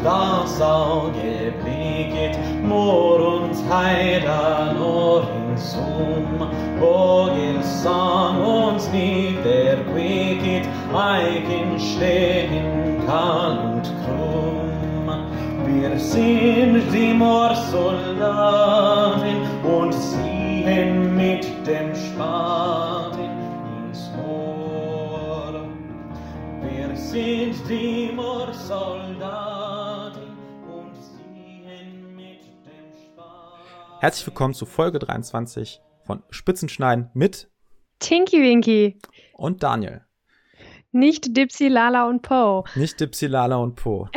Glasauge blicket, mor und heidan orinsum, vogel sang uns nicht der quicket, eiken stehen kahl und krumm. Wir sind die Moorsoldaten und ziehen mit dem Spaten ins Moor. Wir sind die Moorsoldaten und ziehen mit dem Spaten. Herzlich willkommen zu Folge 23 von Spitzenschneiden mit Tinky Winky und Daniel. Nicht Dipsy, Lala und Po. Nicht Dipsy, Lala und Po.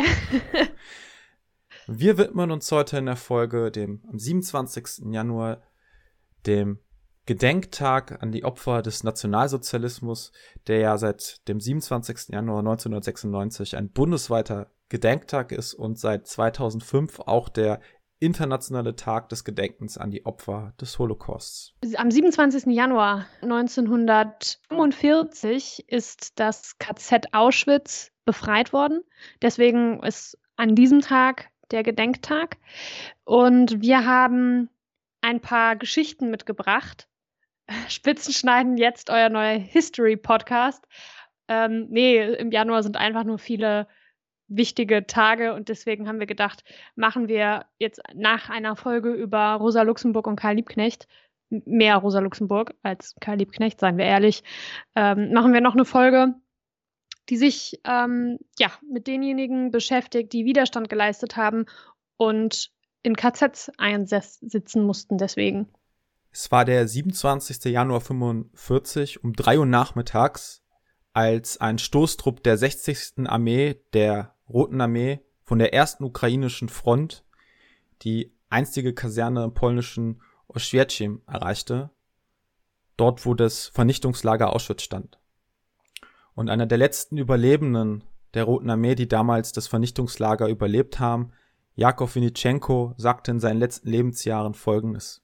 Wir widmen uns heute in der Folge am 27. Januar, dem Gedenktag an die Opfer des Nationalsozialismus, der ja seit dem 27. Januar 1996 ein bundesweiter Gedenktag ist und seit 2005 auch der internationale Tag des Gedenkens an die Opfer des Holocausts. Am 27. Januar 1945 ist das KZ Auschwitz befreit worden. Deswegen ist an diesem Tag der Gedenktag. Und wir haben ein paar Geschichten mitgebracht. Spitzenschneiden, jetzt euer neuer History-Podcast. Im Januar sind einfach nur viele wichtige Tage und deswegen haben wir gedacht, machen wir jetzt nach einer Folge über Rosa Luxemburg und Karl Liebknecht, mehr Rosa Luxemburg als Karl Liebknecht, seien wir ehrlich, machen wir noch eine Folge, die sich mit denjenigen beschäftigt, die Widerstand geleistet haben und in KZs einsitzen mussten deswegen. Es war der 27. Januar 1945 um 3 Uhr nachmittags, als ein Stoßtrupp der 60. Armee, der Roten Armee, von der 1. Ukrainischen Front die einstige Kaserne im polnischen Oświęcim erreichte, dort wo das Vernichtungslager Auschwitz stand. Und einer der letzten Überlebenden der Roten Armee, die damals das Vernichtungslager überlebt haben, Jakow Winitschenko, sagte in seinen letzten Lebensjahren Folgendes: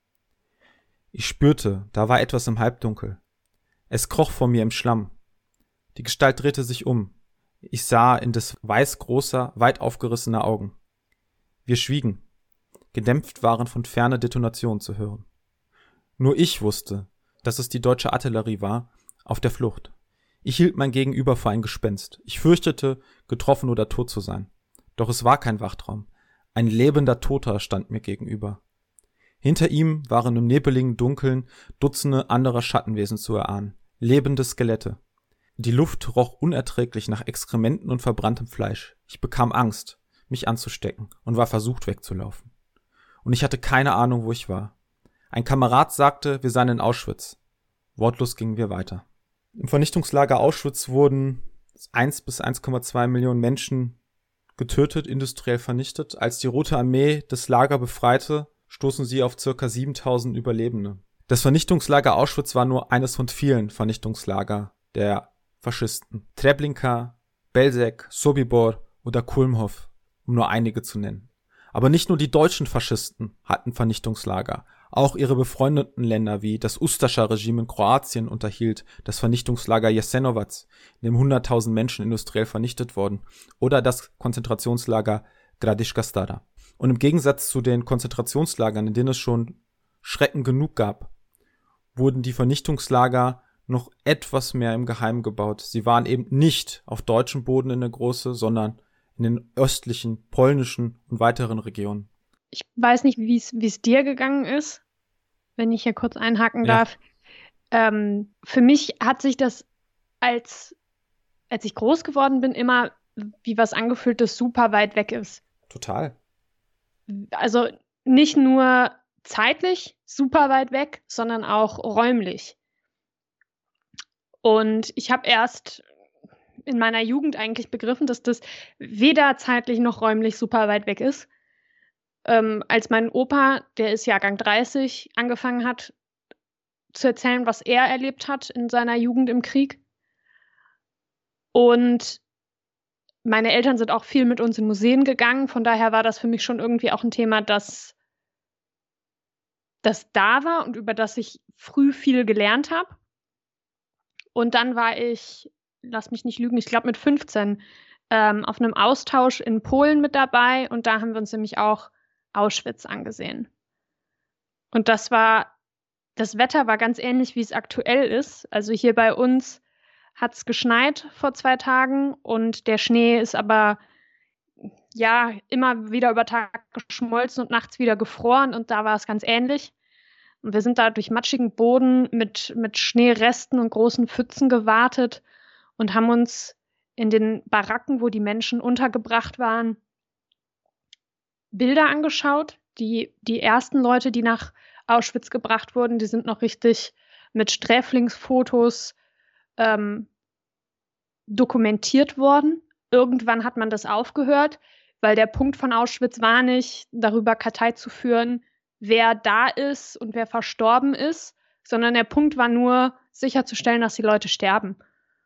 Ich spürte, da war etwas im Halbdunkel. Es kroch vor mir im Schlamm. Die Gestalt drehte sich um. Ich sah in des weiß großer, weit aufgerissener Augen. Wir schwiegen. Gedämpft waren von ferne Detonationen zu hören. Nur ich wusste, dass es die deutsche Artillerie war, auf der Flucht. Ich hielt mein Gegenüber für ein Gespenst. Ich fürchtete, getroffen oder tot zu sein. Doch es war kein Wachtraum. Ein lebender Toter stand mir gegenüber. Hinter ihm waren im nebeligen Dunkeln Dutzende anderer Schattenwesen zu erahnen. Lebende Skelette. Die Luft roch unerträglich nach Exkrementen und verbranntem Fleisch. Ich bekam Angst, mich anzustecken und war versucht wegzulaufen. Und ich hatte keine Ahnung, wo ich war. Ein Kamerad sagte, wir seien in Auschwitz. Wortlos gingen wir weiter. Im Vernichtungslager Auschwitz wurden 1 bis 1,2 Millionen Menschen getötet, industriell vernichtet. Als die Rote Armee das Lager befreite, stoßen sie auf ca. 7000 Überlebende. Das Vernichtungslager Auschwitz war nur eines von vielen Vernichtungslager der Faschisten. Treblinka, Belzec, Sobibor oder Kulmhof, um nur einige zu nennen. Aber nicht nur die deutschen Faschisten hatten Vernichtungslager. Auch ihre befreundeten Länder wie das Ustascha-Regime in Kroatien unterhielt das Vernichtungslager Jasenovac, in dem 100.000 Menschen industriell vernichtet wurden, oder das Konzentrationslager Gradiška Stará. Und im Gegensatz zu den Konzentrationslagern, in denen es schon Schrecken genug gab, wurden die Vernichtungslager noch etwas mehr im Geheimen gebaut. Sie waren eben nicht auf deutschem Boden in der Große, sondern in den östlichen, polnischen und weiteren Regionen. Ich weiß nicht, wie es dir gegangen ist, wenn ich hier kurz einhaken darf. Für mich hat sich das, als ich groß geworden bin, immer wie was angefühlt, das super weit weg ist. Total. Also nicht nur zeitlich super weit weg, sondern auch räumlich. Und ich habe erst in meiner Jugend eigentlich begriffen, dass das weder zeitlich noch räumlich super weit weg ist. Als mein Opa, der ist Jahrgang 30, angefangen hat zu erzählen, was er erlebt hat in seiner Jugend im Krieg. Und meine Eltern sind auch viel mit uns in Museen gegangen. Von daher war das für mich schon irgendwie auch ein Thema, das da war und über das ich früh viel gelernt habe. Und dann war ich, lass mich nicht lügen, ich glaube mit 15 auf einem Austausch in Polen mit dabei und da haben wir uns nämlich auch Auschwitz angesehen. Und das Wetter war ganz ähnlich, wie es aktuell ist. Also hier bei uns hat es geschneit vor 2 Tagen und der Schnee ist aber ja immer wieder über Tag geschmolzen und nachts wieder gefroren und da war es ganz ähnlich. Und wir sind da durch matschigen Boden mit Schneeresten und großen Pfützen gewartet und haben uns in den Baracken, wo die Menschen untergebracht waren, Bilder angeschaut. Die ersten Leute, die nach Auschwitz gebracht wurden, die sind noch richtig mit Sträflingsfotos dokumentiert worden. Irgendwann hat man das aufgehört, weil der Punkt von Auschwitz war nicht, darüber Kartei zu führen, wer da ist und wer verstorben ist, sondern der Punkt war nur, sicherzustellen, dass die Leute sterben.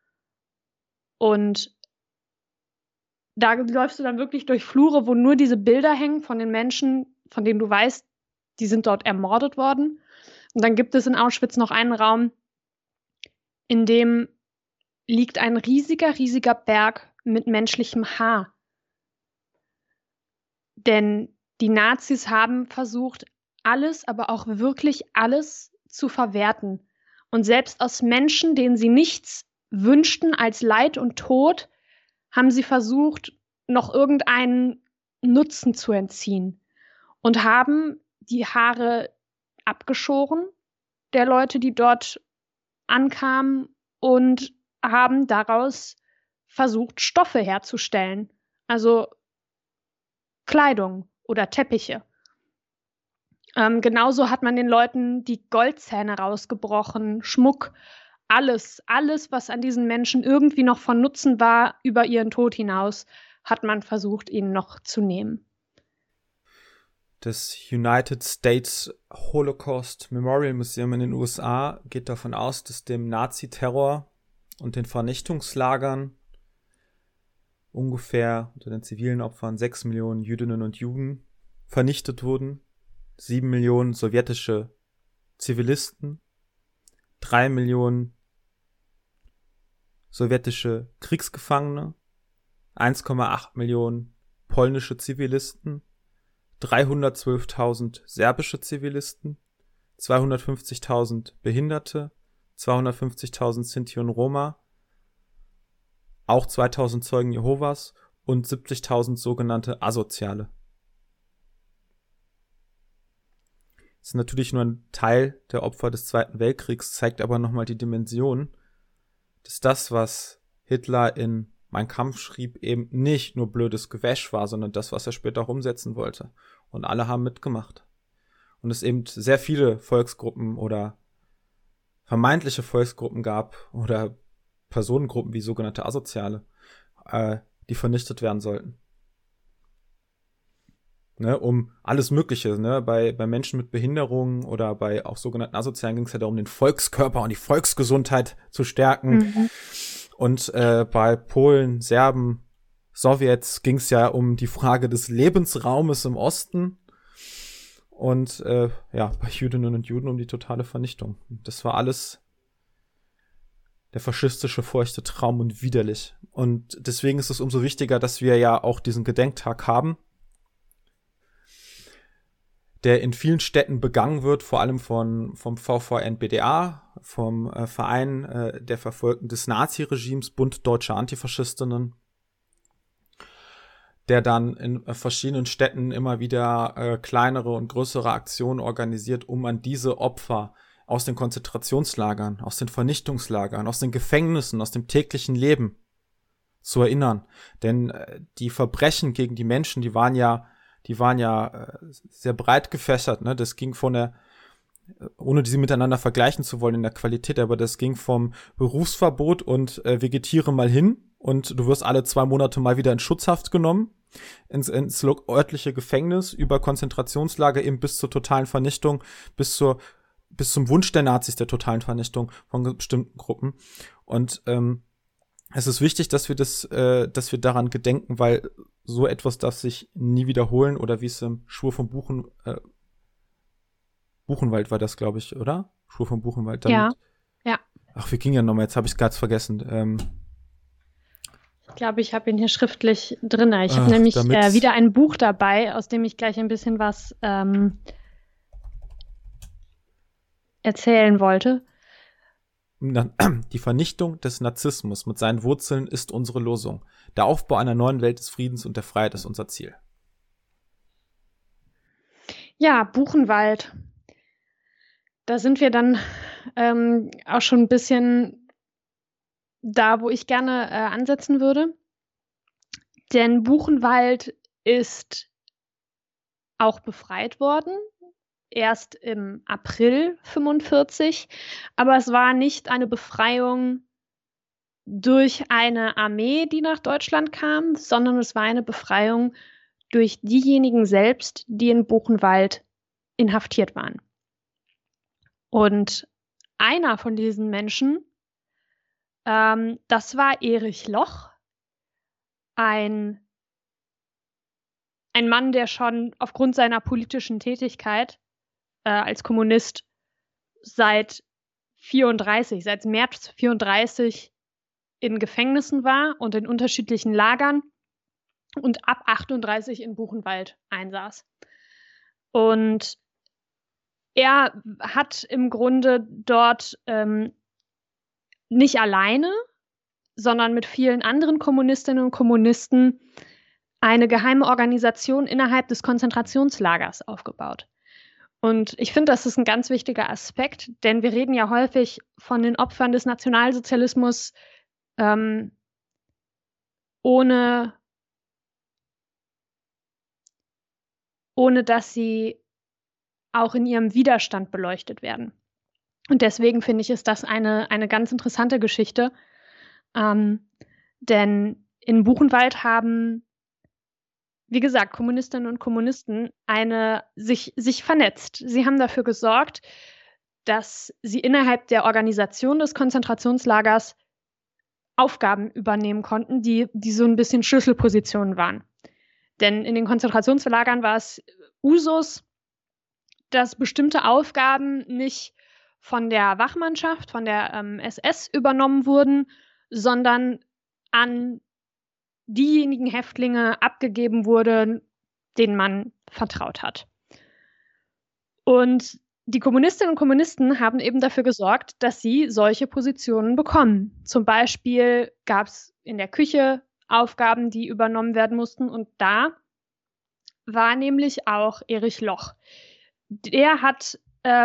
Und da läufst du dann wirklich durch Flure, wo nur diese Bilder hängen von den Menschen, von denen du weißt, die sind dort ermordet worden. Und dann gibt es in Auschwitz noch einen Raum, in dem liegt ein riesiger Berg mit menschlichem Haar. Denn die Nazis haben versucht, alles, aber auch wirklich alles zu verwerten. Und selbst aus Menschen, denen sie nichts wünschten als Leid und Tod, haben sie versucht, noch irgendeinen Nutzen zu entziehen. Und haben die Haare abgeschoren der Leute, die dort ankamen, und haben daraus versucht, Stoffe herzustellen. Also Kleidung oder Teppiche. Genauso hat man den Leuten die Goldzähne rausgebrochen, Schmuck, alles, was an diesen Menschen irgendwie noch von Nutzen war, über ihren Tod hinaus, hat man versucht, ihnen noch zu nehmen. Das United States Holocaust Memorial Museum in den USA geht davon aus, dass dem Nazi-Terror und den Vernichtungslagern ungefähr unter den zivilen Opfern 6 Millionen Jüdinnen und Juden vernichtet wurden, 7 Millionen sowjetische Zivilisten, 3 Millionen sowjetische Kriegsgefangene, 1,8 Millionen polnische Zivilisten, 312.000 serbische Zivilisten, 250.000 Behinderte, 250.000 Sinti und Roma, auch 2.000 Zeugen Jehovas und 70.000 sogenannte Asoziale. Das ist natürlich nur ein Teil der Opfer des Zweiten Weltkriegs, zeigt aber nochmal die Dimension, dass das, was Hitler in Mein Kampf schrieb, eben nicht nur blödes Gewäsch war, sondern das, was er später auch umsetzen wollte. Und alle haben mitgemacht. Und es eben sehr viele Volksgruppen oder vermeintliche Volksgruppen gab oder Personengruppen wie sogenannte Asoziale, die vernichtet werden sollten. Ne, um alles Mögliche, ne? Bei Menschen mit Behinderungen oder bei auch sogenannten Asozialen ging es ja darum, den Volkskörper und die Volksgesundheit zu stärken. Mhm. Und bei Polen, Serben, Sowjets ging es ja um die Frage des Lebensraumes im Osten. Und bei Jüdinnen und Juden um die totale Vernichtung. Das war alles der faschistische feuchte Traum und widerlich. Und deswegen ist es umso wichtiger, dass wir ja auch diesen Gedenktag haben, der in vielen Städten begangen wird, vor allem vom VVN-BDA, vom Verein der Verfolgten des Naziregimes, Bund Deutscher Antifaschistinnen, der dann in verschiedenen Städten immer wieder kleinere und größere Aktionen organisiert, um an diese Opfer aus den Konzentrationslagern, aus den Vernichtungslagern, aus den Gefängnissen, aus dem täglichen Leben zu erinnern. Denn die Verbrechen gegen die Menschen, die waren ja sehr breit gefächert, ne? Das ging von der, ohne sie miteinander vergleichen zu wollen in der Qualität, aber das ging vom Berufsverbot und vegetiere mal hin und du wirst alle 2 Monate mal wieder in Schutzhaft genommen, ins örtliche Gefängnis, über Konzentrationslager eben bis zur totalen Vernichtung, bis zum Wunsch der Nazis der totalen Vernichtung von bestimmten Gruppen. Und es ist wichtig, dass wir daran gedenken, weil so etwas darf sich nie wiederholen, oder wie es im Schwur von Buchenwald war das, glaube ich, oder? Schwur von Buchenwald. Ja. Ach, wie ging ja nochmal, jetzt habe ich es ganz vergessen. glaube, ich habe ihn hier schriftlich drin. Ich habe nämlich wieder ein Buch dabei, aus dem ich gleich ein bisschen was erzählen wollte. Die Vernichtung des Narzissmus mit seinen Wurzeln ist unsere Losung. Der Aufbau einer neuen Welt des Friedens und der Freiheit ist unser Ziel. Ja, Buchenwald. Da sind wir dann auch schon ein bisschen da, wo ich gerne ansetzen würde. Denn Buchenwald ist auch befreit worden, erst im April 1945. Aber es war nicht eine Befreiung durch eine Armee, die nach Deutschland kam, sondern es war eine Befreiung durch diejenigen selbst, die in Buchenwald inhaftiert waren. Und einer von diesen Menschen, das war Erich Loch, ein Mann, der schon aufgrund seiner politischen Tätigkeit als Kommunist seit März 34 in Gefängnissen war und in unterschiedlichen Lagern und ab 38 in Buchenwald einsaß. Und er hat im Grunde dort nicht alleine, sondern mit vielen anderen Kommunistinnen und Kommunisten eine geheime Organisation innerhalb des Konzentrationslagers aufgebaut. Und ich finde, das ist ein ganz wichtiger Aspekt, denn wir reden ja häufig von den Opfern des Nationalsozialismus ohne dass sie auch in ihrem Widerstand beleuchtet werden. Und deswegen finde ich, ist das eine ganz interessante Geschichte. Denn in Buchenwald haben, wie gesagt, Kommunistinnen und Kommunisten sich vernetzt. Sie haben dafür gesorgt, dass sie innerhalb der Organisation des Konzentrationslagers Aufgaben übernehmen konnten, die so ein bisschen Schlüsselpositionen waren. Denn in den Konzentrationslagern war es Usus, dass bestimmte Aufgaben nicht von der Wachmannschaft, von der SS übernommen wurden, sondern an diejenigen Häftlinge abgegeben wurde, denen man vertraut hat. Und die Kommunistinnen und Kommunisten haben eben dafür gesorgt, dass sie solche Positionen bekommen. Zum Beispiel gab es in der Küche Aufgaben, die übernommen werden mussten. Und da war nämlich auch Erich Loch. Der hat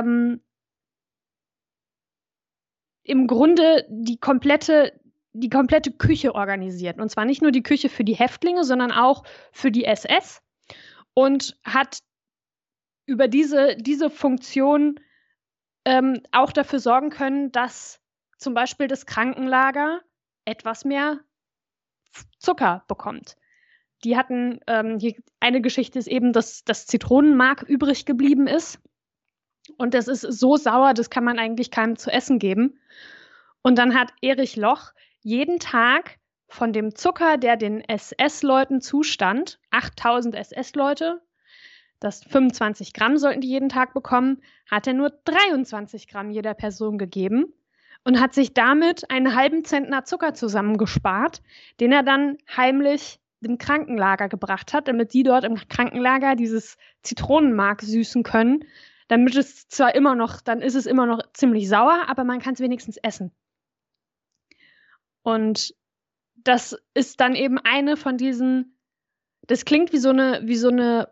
im Grunde die komplette Küche organisiert. Und zwar nicht nur die Küche für die Häftlinge, sondern auch für die SS. Und hat über diese Funktion auch dafür sorgen können, dass zum Beispiel das Krankenlager etwas mehr Zucker bekommt. Die hatten, eine Geschichte ist eben, dass das Zitronenmark übrig geblieben ist. Und das ist so sauer, das kann man eigentlich keinem zu essen geben. Und dann hat Erich Loch jeden Tag von dem Zucker, der den SS-Leuten zustand, 8000 SS-Leute, das 25 Gramm sollten die jeden Tag bekommen, hat er nur 23 Gramm jeder Person gegeben und hat sich damit einen halben Zentner Zucker zusammengespart, den er dann heimlich dem Krankenlager gebracht hat, damit die dort im Krankenlager dieses Zitronenmark süßen können, damit es zwar immer noch, dann ist es immer noch ziemlich sauer, aber man kann es wenigstens essen. Und das ist dann eben eine von diesen, das klingt wie so eine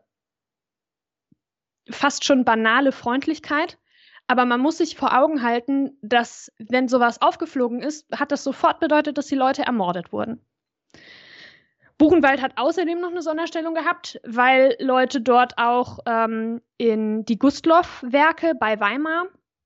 fast schon banale Freundlichkeit, aber man muss sich vor Augen halten, dass, wenn sowas aufgeflogen ist, hat das sofort bedeutet, dass die Leute ermordet wurden. Buchenwald hat außerdem noch eine Sonderstellung gehabt, weil Leute dort auch in die Gustloff-Werke bei Weimar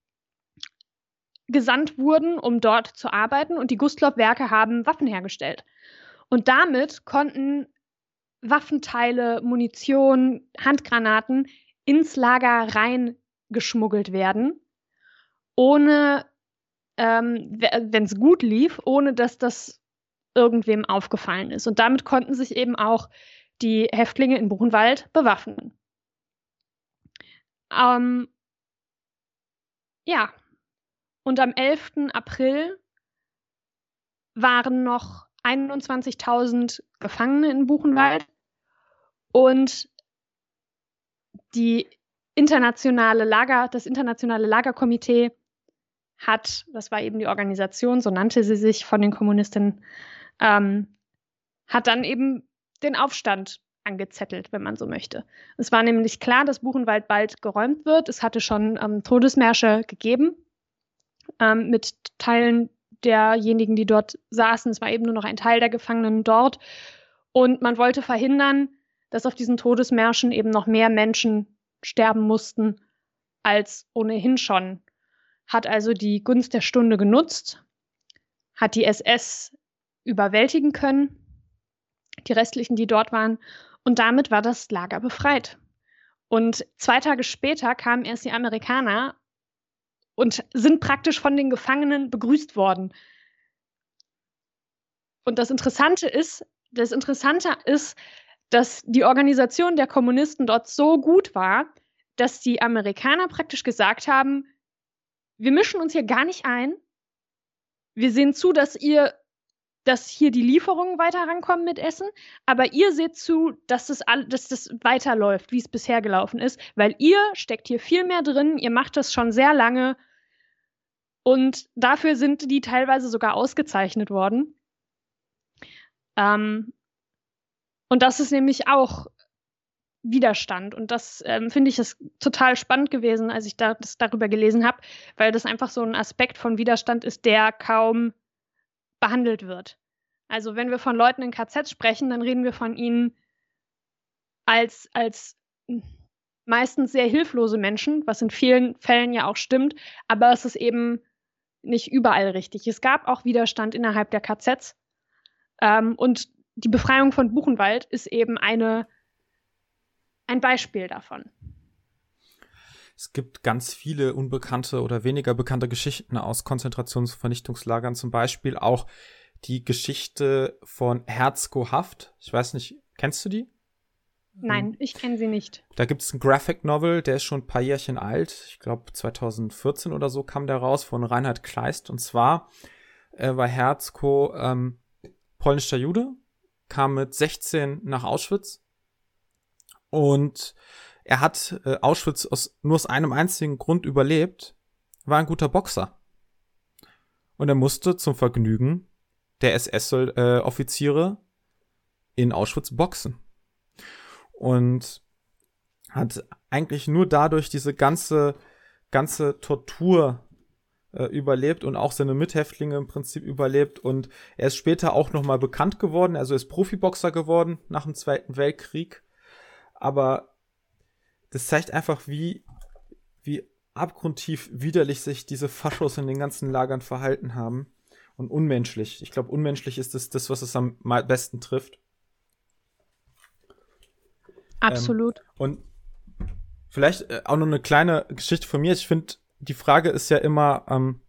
gesandt wurden, um dort zu arbeiten. Und die Gustloff-Werke haben Waffen hergestellt. Und damit konnten Waffenteile, Munition, Handgranaten ins Lager reingeschmuggelt werden, ohne, wenn es gut lief, ohne dass das irgendwem aufgefallen ist. Und damit konnten sich eben auch die Häftlinge in Buchenwald bewaffnen. Ja, und am 11. April waren noch 21.000 Gefangene in Buchenwald und das internationale Lagerkomitee das war eben die Organisation, so nannte sie sich von den Kommunistinnen, hat dann eben den Aufstand angezettelt, wenn man so möchte. Es war nämlich klar, dass Buchenwald bald geräumt wird. Es hatte schon Todesmärsche gegeben mit Teilen derjenigen, die dort saßen. Es war eben nur noch ein Teil der Gefangenen dort. Und man wollte verhindern, dass auf diesen Todesmärschen eben noch mehr Menschen sterben mussten als ohnehin schon. Hat also die Gunst der Stunde genutzt, hat die SS überwältigen können, die restlichen, die dort waren, und damit war das Lager befreit. Und 2 Tage später kamen erst die Amerikaner und sind praktisch von den Gefangenen begrüßt worden. Und das Interessante ist, dass die Organisation der Kommunisten dort so gut war, dass die Amerikaner praktisch gesagt haben, wir mischen uns hier gar nicht ein. Wir sehen zu, dass hier die Lieferungen weiter rankommen mit Essen, aber ihr seht zu, dass das weiterläuft, wie es bisher gelaufen ist, weil ihr steckt hier viel mehr drin, ihr macht das schon sehr lange und dafür sind die teilweise sogar ausgezeichnet worden. Und das ist nämlich auch Widerstand. Und das finde ich ist total spannend gewesen, als ich das darüber gelesen habe, weil das einfach so ein Aspekt von Widerstand ist, der kaum behandelt wird. Also wenn wir von Leuten in KZs sprechen, dann reden wir von ihnen als meistens sehr hilflose Menschen, was in vielen Fällen ja auch stimmt, aber es ist eben nicht überall richtig. Es gab auch Widerstand innerhalb der KZs und die Befreiung von Buchenwald ist eben ein Beispiel davon. Es gibt ganz viele unbekannte oder weniger bekannte Geschichten aus Konzentrations- und Vernichtungslagern, zum Beispiel auch die Geschichte von Herzko Haft. Ich weiß nicht, kennst du die? Nein, ich kenne sie nicht. Da gibt es einen Graphic Novel, der ist schon ein paar Jährchen alt. Ich glaube 2014 oder so kam der raus von Reinhard Kleist. Und zwar war Herzko polnischer Jude, kam mit 16 nach Auschwitz. Und er hat Auschwitz nur aus einem einzigen Grund überlebt, war ein guter Boxer. Und er musste zum Vergnügen der SS-Offiziere in Auschwitz boxen. Und hat eigentlich nur dadurch diese ganze Tortur überlebt und auch seine Mithäftlinge im Prinzip überlebt. Und er ist später auch nochmal bekannt geworden, also er ist Profiboxer geworden nach dem Zweiten Weltkrieg. Aber das zeigt einfach, wie abgrundtief widerlich sich diese Faschos in den ganzen Lagern verhalten haben. Und unmenschlich. Ich glaube, unmenschlich ist das, was es am besten trifft. Absolut. Und vielleicht auch noch eine kleine Geschichte von mir. Ich finde, die Frage ist ja immer,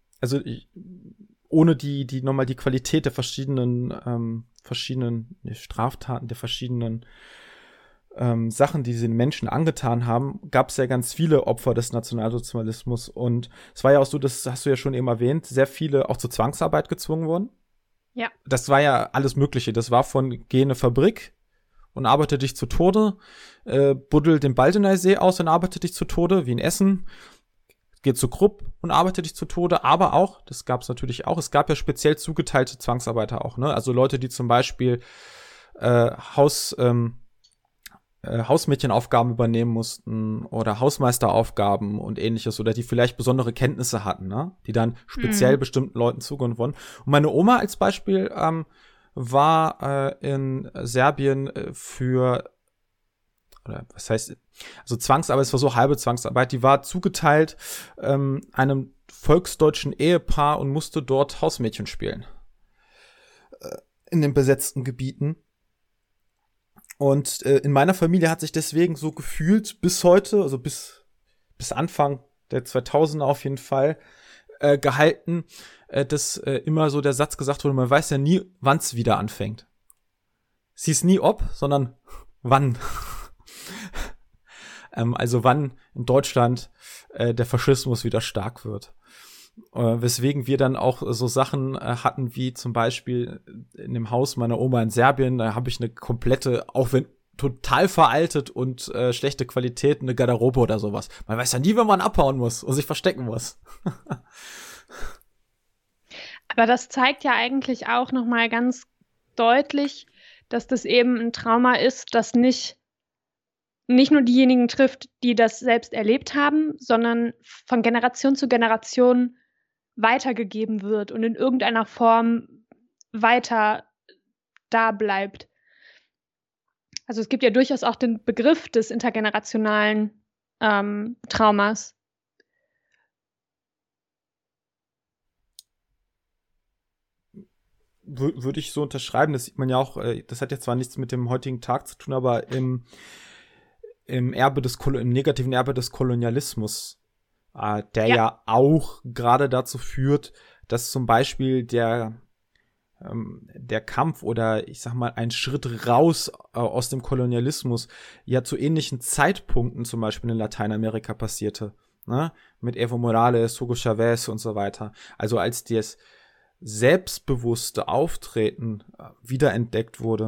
ohne nochmal die Qualität der verschiedenen Straftaten, der verschiedenen Sachen, die sie den Menschen angetan haben, gab es ja ganz viele Opfer des Nationalsozialismus. Und es war ja auch so, das hast du ja schon eben erwähnt, sehr viele auch zur Zwangsarbeit gezwungen wurden. Ja. Das war ja alles Mögliche. Das war von geh in eine Fabrik und arbeite dich zu Tode, buddel den Baldeneysee aus und arbeite dich zu Tode, wie in Essen. Geh zu Krupp und arbeite dich zu Tode. Aber auch, das gab es natürlich auch, es gab ja speziell zugeteilte Zwangsarbeiter auch, ne? Also Leute, die zum Beispiel Hausmädchenaufgaben übernehmen mussten oder Hausmeisteraufgaben und ähnliches oder die vielleicht besondere Kenntnisse hatten, ne? Die dann speziell bestimmten Leuten zugeordnet wurden. Und meine Oma als Beispiel war in Serbien Zwangsarbeit, es war so halbe Zwangsarbeit, die war zugeteilt einem volksdeutschen Ehepaar und musste dort Hausmädchen spielen. In den besetzten Gebieten. Und in meiner Familie hat sich deswegen so gefühlt bis heute, also bis Anfang der 2000er auf jeden Fall, gehalten, dass immer so der Satz gesagt wurde, man weiß ja nie, wann es wieder anfängt. Es hieß nie ob, sondern wann. Also wann in Deutschland der Faschismus wieder stark wird. Weswegen wir dann auch so Sachen hatten, wie zum Beispiel in dem Haus meiner Oma in Serbien, da habe ich eine komplette, auch wenn total veraltet und schlechte Qualität, eine Garderobe oder sowas. Man weiß ja nie, wenn man abhauen muss und sich verstecken muss. Aber das zeigt ja eigentlich auch nochmal ganz deutlich, dass das eben ein Trauma ist, das nicht nur diejenigen trifft, die das selbst erlebt haben, sondern von Generation zu Generation weitergegeben wird und in irgendeiner Form weiter da bleibt. Also es gibt ja durchaus auch den Begriff des intergenerationalen Traumas. Würde ich so unterschreiben. Das sieht man ja auch, das hat jetzt zwar nichts mit dem heutigen Tag zu tun, aber im negativen Erbe des Kolonialismus, der ja auch gerade dazu führt, dass zum Beispiel der Kampf oder ich sag mal ein Schritt raus aus dem Kolonialismus ja zu ähnlichen Zeitpunkten zum Beispiel in Lateinamerika passierte, ne? Mit Evo Morales, Hugo Chavez und so weiter. Also als das selbstbewusste Auftreten wiederentdeckt wurde.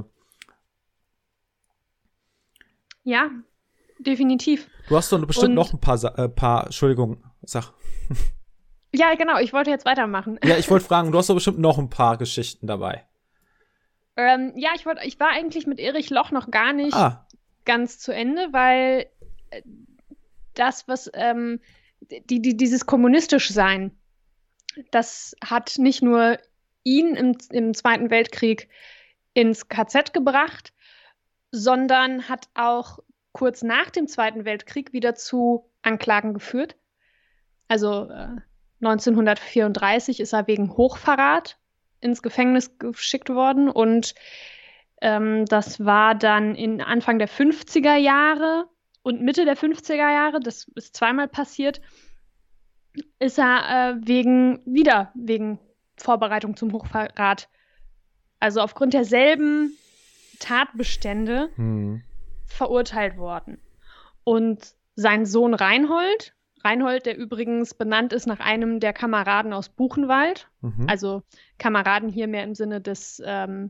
Ja, definitiv. Du hast doch bestimmt noch ein paar, Entschuldigung, sag. Ja, genau, ich wollte jetzt weitermachen. Ja, ich wollte fragen, du hast doch bestimmt noch ein paar Geschichten dabei. Ja, ich war eigentlich mit Erich Loch noch gar nicht ganz zu Ende, weil das, was dieses kommunistisch Sein, das hat nicht nur ihn im Zweiten Weltkrieg ins KZ gebracht, sondern hat auch kurz nach dem Zweiten Weltkrieg wieder zu Anklagen geführt. Also 1934 ist er wegen Hochverrat ins Gefängnis geschickt worden und das war dann Anfang der 50er Jahre und Mitte der 50er Jahre, das ist zweimal passiert, ist er wegen Vorbereitung zum Hochverrat, also aufgrund derselben Tatbestände verurteilt worden. Und sein Sohn Reinhold, der übrigens benannt ist nach einem der Kameraden aus Buchenwald, also Kameraden hier mehr im Sinne des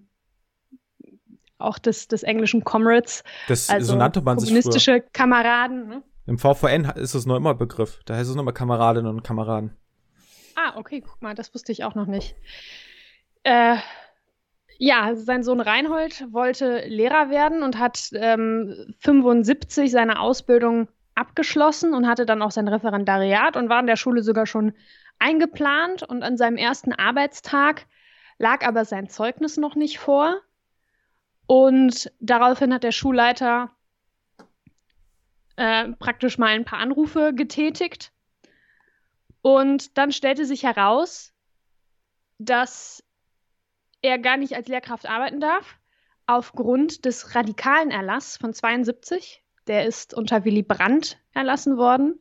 englischen Comrades, so nannte man sich kommunistische Kameraden. Ne? Im VVN ist es noch immer Begriff, da heißt es noch immer Kameradinnen und Kameraden. Ah, okay, guck mal, das wusste ich auch noch nicht. Ja, sein Sohn Reinhold wollte Lehrer werden und hat 75 seine Ausbildung abgeschlossen und hatte dann auch sein Referendariat und war in der Schule sogar schon eingeplant. Und an seinem ersten Arbeitstag lag aber sein Zeugnis noch nicht vor. Und daraufhin hat der Schulleiter praktisch mal ein paar Anrufe getätigt. Und dann stellte sich heraus, dass er gar nicht als Lehrkraft arbeiten darf, aufgrund des radikalen Erlasses von 72. Der ist unter Willy Brandt erlassen worden,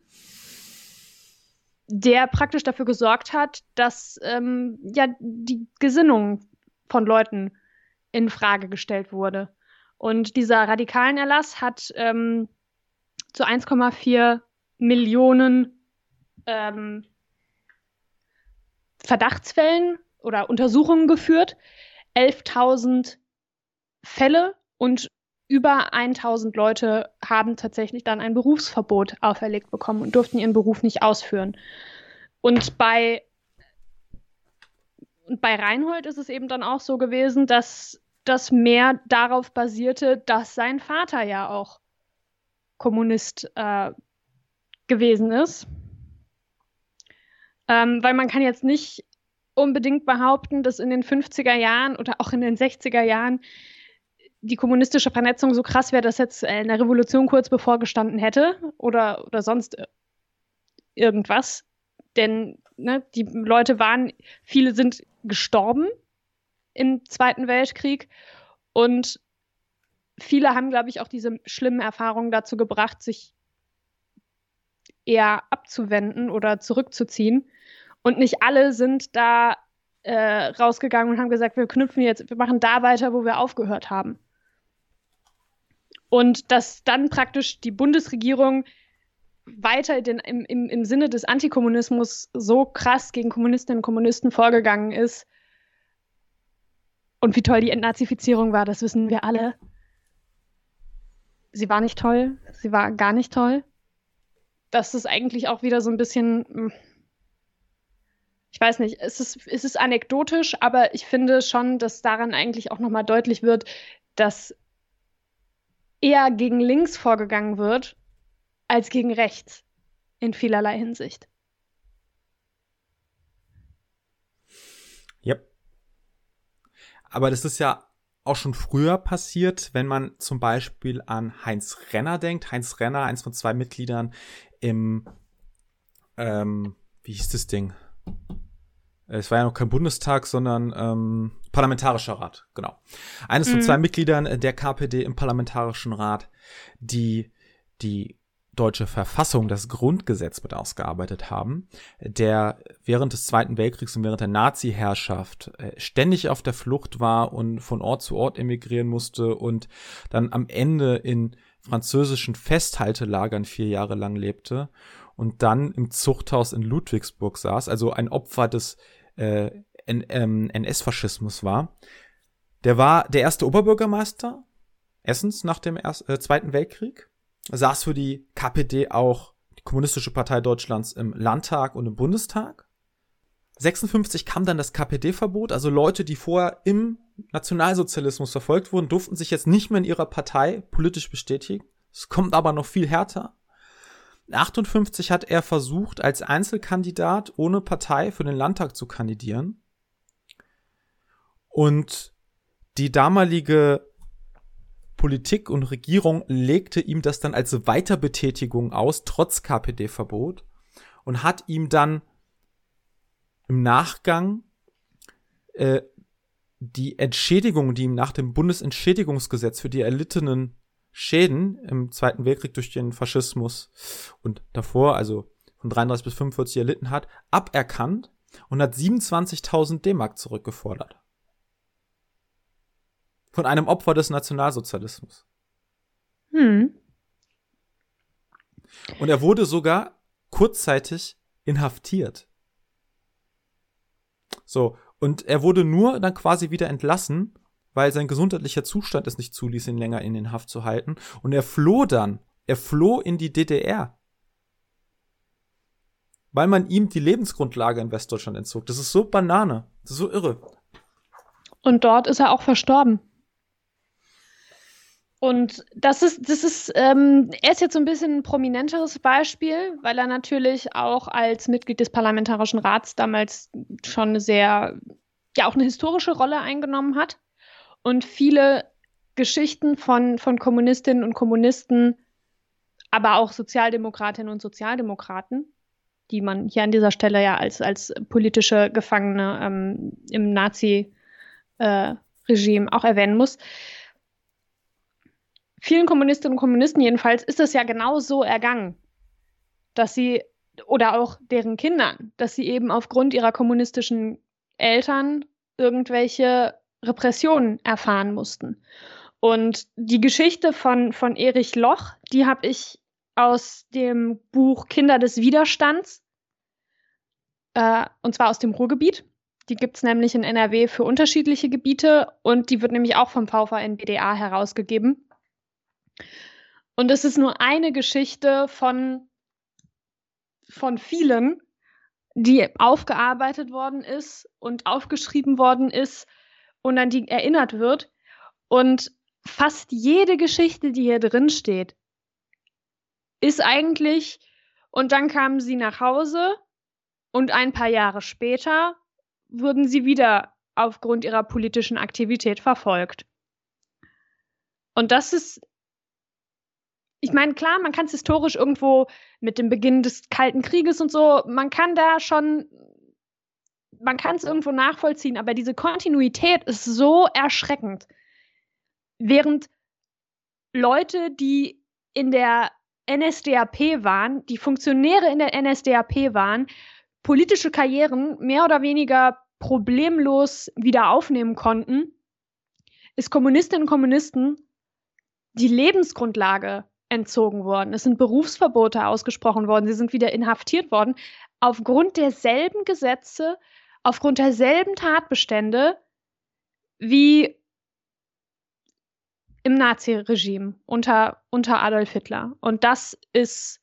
der praktisch dafür gesorgt hat, dass die Gesinnung von Leuten in Frage gestellt wurde. Und dieser radikalen Erlass hat zu 1,4 Millionen Verdachtsfällen oder Untersuchungen geführt, 11.000 Fälle und über 1.000 Leute haben tatsächlich dann ein Berufsverbot auferlegt bekommen und durften ihren Beruf nicht ausführen. Und bei Reinhold ist es eben dann auch so gewesen, dass das mehr darauf basierte, dass sein Vater ja auch Kommunist gewesen ist. Weil man kann jetzt nicht unbedingt behaupten, dass in den 50er Jahren oder auch in den 60er Jahren die kommunistische Vernetzung so krass wäre, dass jetzt eine Revolution kurz bevorgestanden hätte oder sonst irgendwas. Denn die Leute viele sind gestorben im Zweiten Weltkrieg und viele haben, glaube ich, auch diese schlimmen Erfahrungen dazu gebracht, sich eher abzuwenden oder zurückzuziehen. Und nicht alle sind da rausgegangen und haben gesagt, wir machen da weiter, wo wir aufgehört haben. Und dass dann praktisch die Bundesregierung weiter im Sinne des Antikommunismus so krass gegen Kommunistinnen und Kommunisten vorgegangen ist. Und wie toll die Entnazifizierung war, das wissen wir alle. Sie war nicht toll. Sie war gar nicht toll. Das ist eigentlich auch wieder so ein bisschen, ich weiß nicht, es ist anekdotisch, aber ich finde schon, dass daran eigentlich auch nochmal deutlich wird, dass eher gegen links vorgegangen wird, als gegen rechts in vielerlei Hinsicht. Yep. Aber das ist ja auch schon früher passiert, wenn man zum Beispiel an Heinz Renner denkt. Heinz Renner, eins von 2 Mitgliedern im, wie hieß das Ding? Es war ja noch kein Bundestag, sondern Parlamentarischer Rat, genau. Eines von 2 Mitgliedern der KPD im Parlamentarischen Rat, die deutsche Verfassung, das Grundgesetz mit ausgearbeitet haben, der während des Zweiten Weltkriegs und während der Nazi-Herrschaft ständig auf der Flucht war und von Ort zu Ort emigrieren musste und dann am Ende in französischen Festhaltelagern 4 Jahre lang lebte und dann im Zuchthaus in Ludwigsburg saß, also ein Opfer des NS-Faschismus war. Der war der erste Oberbürgermeister Essens nach dem Zweiten Weltkrieg, saß für die KPD auch die Kommunistische Partei Deutschlands im Landtag und im Bundestag. 1956 kam dann das KPD-Verbot, also Leute, die vorher im Nationalsozialismus verfolgt wurden, durften sich jetzt nicht mehr in ihrer Partei politisch bestätigen. Es kommt aber noch viel härter. 1958 hat er versucht, als Einzelkandidat ohne Partei für den Landtag zu kandidieren. Und die damalige Politik und Regierung legte ihm das dann als Weiterbetätigung aus, trotz KPD-Verbot, und hat ihm dann im Nachgang die Entschädigung, die ihm nach dem Bundesentschädigungsgesetz für die erlittenen Schäden im Zweiten Weltkrieg durch den Faschismus und davor, also von 33 bis 45 erlitten hat, aberkannt und hat 27.000 D-Mark zurückgefordert. Von einem Opfer des Nationalsozialismus. Und er wurde sogar kurzzeitig inhaftiert. So, und er wurde nur dann quasi wieder entlassen, weil sein gesundheitlicher Zustand es nicht zuließ, ihn länger in Haft zu halten. Und er floh in die DDR. Weil man ihm die Lebensgrundlage in Westdeutschland entzog. Das ist so Banane. Das ist so irre. Und dort ist er auch verstorben. Und er ist jetzt so ein bisschen ein prominenteres Beispiel, weil er natürlich auch als Mitglied des Parlamentarischen Rats damals schon auch eine historische Rolle eingenommen hat und viele Geschichten von Kommunistinnen und Kommunisten, aber auch Sozialdemokratinnen und Sozialdemokraten, die man hier an dieser Stelle ja als politische Gefangene im Nazi-Regime auch erwähnen muss. Vielen Kommunistinnen und Kommunisten jedenfalls ist es ja genau so ergangen, dass sie, oder auch deren Kindern, dass sie eben aufgrund ihrer kommunistischen Eltern irgendwelche Repressionen erfahren mussten. Und die Geschichte von Erich Loch, die habe ich aus dem Buch Kinder des Widerstands, und zwar aus dem Ruhrgebiet. Die gibt es nämlich in NRW für unterschiedliche Gebiete und die wird nämlich auch vom VVN-BDA herausgegeben. Und es ist nur eine Geschichte von vielen, die aufgearbeitet worden ist und aufgeschrieben worden ist und an die erinnert wird. Und fast jede Geschichte, die hier drin steht, ist eigentlich, und dann kamen sie nach Hause und ein paar Jahre später wurden sie wieder aufgrund ihrer politischen Aktivität verfolgt. Und das ist, ich meine, klar, man kann es historisch irgendwo mit dem Beginn des Kalten Krieges und so, man kann es irgendwo nachvollziehen, aber diese Kontinuität ist so erschreckend. Während Leute, die in der NSDAP waren, die Funktionäre in der NSDAP waren, politische Karrieren mehr oder weniger problemlos wieder aufnehmen konnten, ist Kommunistinnen und Kommunisten die Lebensgrundlage entzogen worden. Es sind Berufsverbote ausgesprochen worden. Sie sind wieder inhaftiert worden. Aufgrund derselben Gesetze, aufgrund derselben Tatbestände wie im Naziregime unter Adolf Hitler. Und das ist,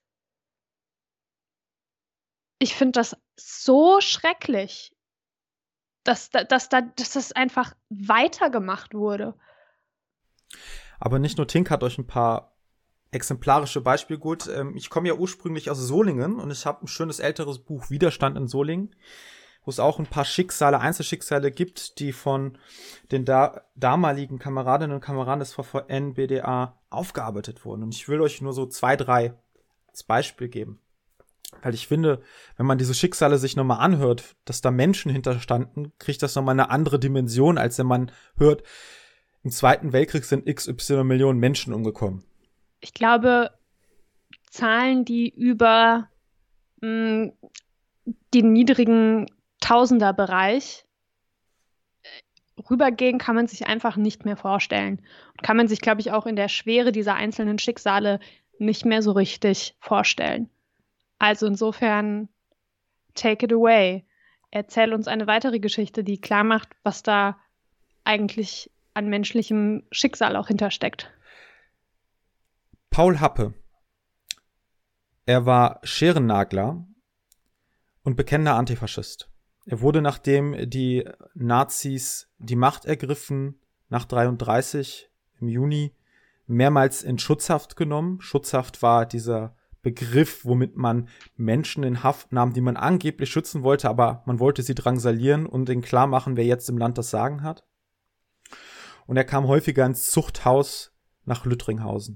ich finde das so schrecklich, dass das einfach weitergemacht wurde. Aber nicht nur Tink hat euch ein paar exemplarische Beispiele geholt. Ich komme ja ursprünglich aus Solingen und ich habe ein schönes älteres Buch Widerstand in Solingen, wo es auch ein paar Einzelschicksale gibt, die von den damaligen Kameradinnen und Kameraden des VVN-BDA aufgearbeitet wurden. Und ich will euch nur so 2, 3 als Beispiel geben. Weil ich finde, wenn man diese Schicksale sich nochmal anhört, dass da Menschen hinterstanden, kriegt das nochmal eine andere Dimension, als wenn man hört, im Zweiten Weltkrieg sind XY Millionen Menschen umgekommen. Ich glaube, Zahlen, die über den niedrigen Tausenderbereich rübergehen, kann man sich einfach nicht mehr vorstellen. Und kann man sich, glaube ich, auch in der Schwere dieser einzelnen Schicksale nicht mehr so richtig vorstellen. Also insofern, take it away. Erzähl uns eine weitere Geschichte, die klar macht, was da eigentlich an menschlichem Schicksal auch hintersteckt. Paul Happe. Er war Scherennagler und bekennender Antifaschist. Er wurde, nachdem die Nazis die Macht ergriffen, nach 1933 im Juni, mehrmals in Schutzhaft genommen. Schutzhaft war dieser Begriff, womit man Menschen in Haft nahm, die man angeblich schützen wollte, aber man wollte sie drangsalieren und ihnen klar machen, wer jetzt im Land das Sagen hat. Und er kam häufiger ins Zuchthaus nach Lüttringhausen.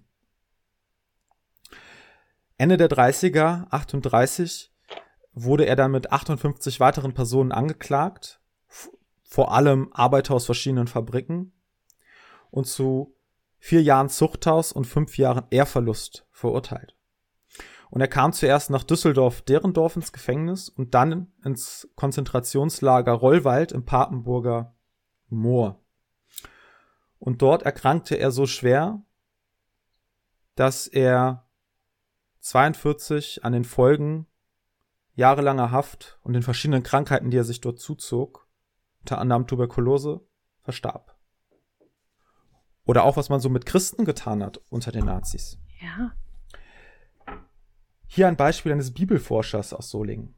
Ende der 30er, 38, wurde er dann mit 58 weiteren Personen angeklagt, vor allem Arbeiter aus verschiedenen Fabriken, und zu 4 Jahren Zuchthaus und 5 Jahren Ehrverlust verurteilt. Und er kam zuerst nach Düsseldorf-Derendorf ins Gefängnis und dann ins Konzentrationslager Rollwald im Papenburger Moor. Und dort erkrankte er so schwer, dass er 42 an den Folgen jahrelanger Haft und den verschiedenen Krankheiten, die er sich dort zuzog, unter anderem Tuberkulose, verstarb. Oder auch, was man so mit Christen getan hat unter den Nazis. Ja. Hier ein Beispiel eines Bibelforschers aus Solingen.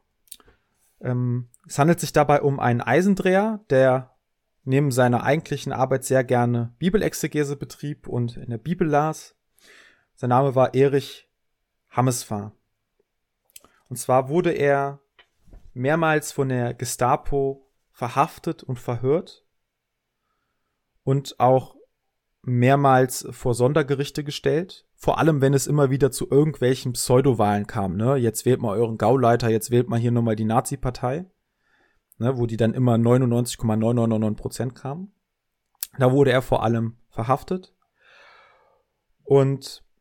Es handelt sich dabei um einen Eisendreher, der neben seiner eigentlichen Arbeit sehr gerne Bibelexegese betrieb und in der Bibel las. Sein Name war Erich Hammesfahr. Und zwar wurde er mehrmals von der Gestapo verhaftet und verhört und auch mehrmals vor Sondergerichte gestellt. Vor allem, wenn es immer wieder zu irgendwelchen Pseudowahlen kam. Ne? Jetzt wählt mal euren Gauleiter, jetzt wählt mal hier nochmal die Nazi-Partei. Ne? Wo die dann immer 99,999% kamen. Da wurde er vor allem verhaftet. Und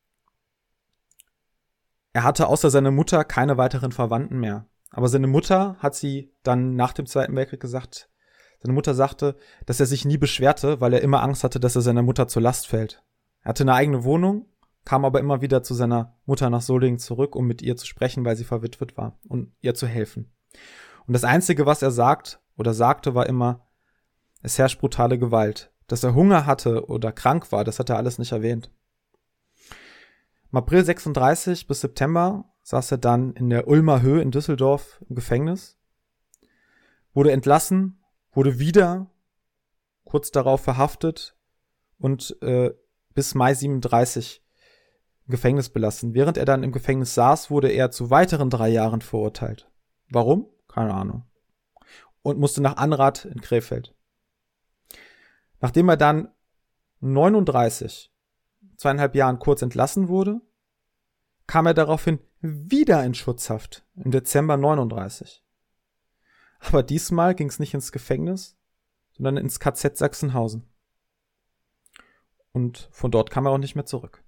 er hatte außer seiner Mutter keine weiteren Verwandten mehr. Aber seine Mutter hat sie dann nach dem Zweiten Weltkrieg gesagt, seine Mutter sagte, dass er sich nie beschwerte, weil er immer Angst hatte, dass er seiner Mutter zur Last fällt. Er hatte eine eigene Wohnung, kam aber immer wieder zu seiner Mutter nach Solingen zurück, um mit ihr zu sprechen, weil sie verwitwet war und ihr zu helfen. Und das Einzige, was er sagte, war immer, es herrscht brutale Gewalt. Dass er Hunger hatte oder krank war, das hat er alles nicht erwähnt. Im April 36 bis September saß er dann in der Ulmer Höhe in Düsseldorf im Gefängnis, wurde entlassen, wurde wieder kurz darauf verhaftet und bis Mai 37 im Gefängnis belassen. Während er dann im Gefängnis saß, wurde er zu weiteren 3 Jahren verurteilt. Warum? Keine Ahnung. Und musste nach Anrath in Krefeld. Nachdem er dann 39, 2,5 Jahren kurz entlassen wurde, kam er daraufhin wieder in Schutzhaft im Dezember 39. Aber diesmal ging es nicht ins Gefängnis, sondern ins KZ Sachsenhausen. Und von dort kam er auch nicht mehr zurück.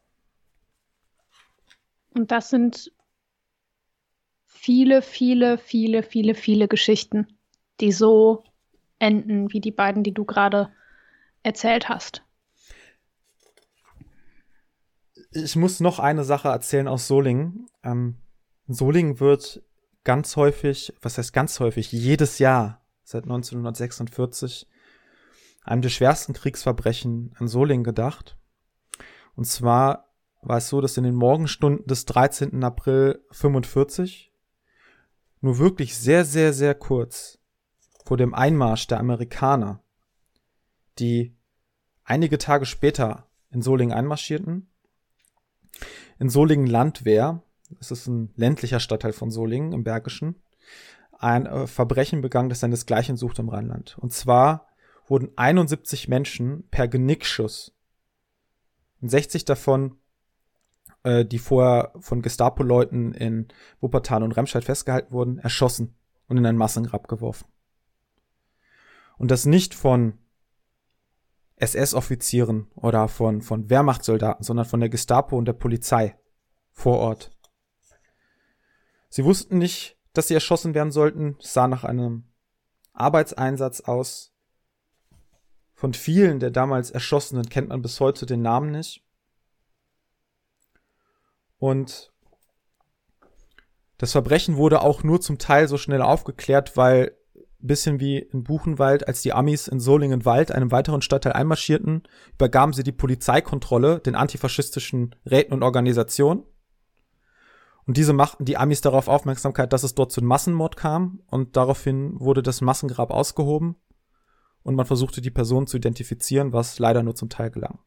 Und das sind viele, viele, viele, viele, viele Geschichten, die so enden, wie die beiden, die du gerade erzählt hast. Ich muss noch eine Sache erzählen aus Solingen. Solingen wird ganz häufig, was heißt ganz häufig, jedes Jahr seit 1946 einem der schwersten Kriegsverbrechen an Solingen gedacht. Und zwar war es so, dass in den Morgenstunden des 13. April 45 nur wirklich sehr, sehr, sehr kurz vor dem Einmarsch der Amerikaner, die einige Tage später in Solingen einmarschierten, in Solingen-Landwehr, das ist ein ländlicher Stadtteil von Solingen im Bergischen, ein Verbrechen begangen, das seinesgleichen sucht im Rheinland. Und zwar wurden 71 Menschen per Genickschuss, 60 davon, die vorher von Gestapo-Leuten in Wuppertal und Remscheid festgehalten wurden, erschossen und in ein Massengrab geworfen. Und das nicht von SS-Offizieren oder von Wehrmachtssoldaten, sondern von der Gestapo und der Polizei vor Ort. Sie wussten nicht, dass sie erschossen werden sollten. Es sah nach einem Arbeitseinsatz aus. Von vielen der damals Erschossenen kennt man bis heute den Namen nicht. Und das Verbrechen wurde auch nur zum Teil so schnell aufgeklärt, weil bisschen wie in Buchenwald, als die Amis in Solingen-Wald, einem weiteren Stadtteil, einmarschierten, übergaben sie die Polizeikontrolle den antifaschistischen Räten und Organisationen. Und diese machten die Amis darauf Aufmerksamkeit, dass es dort zu einem Massenmord kam. Und daraufhin wurde das Massengrab ausgehoben. Und man versuchte, die Personen zu identifizieren, was leider nur zum Teil gelang.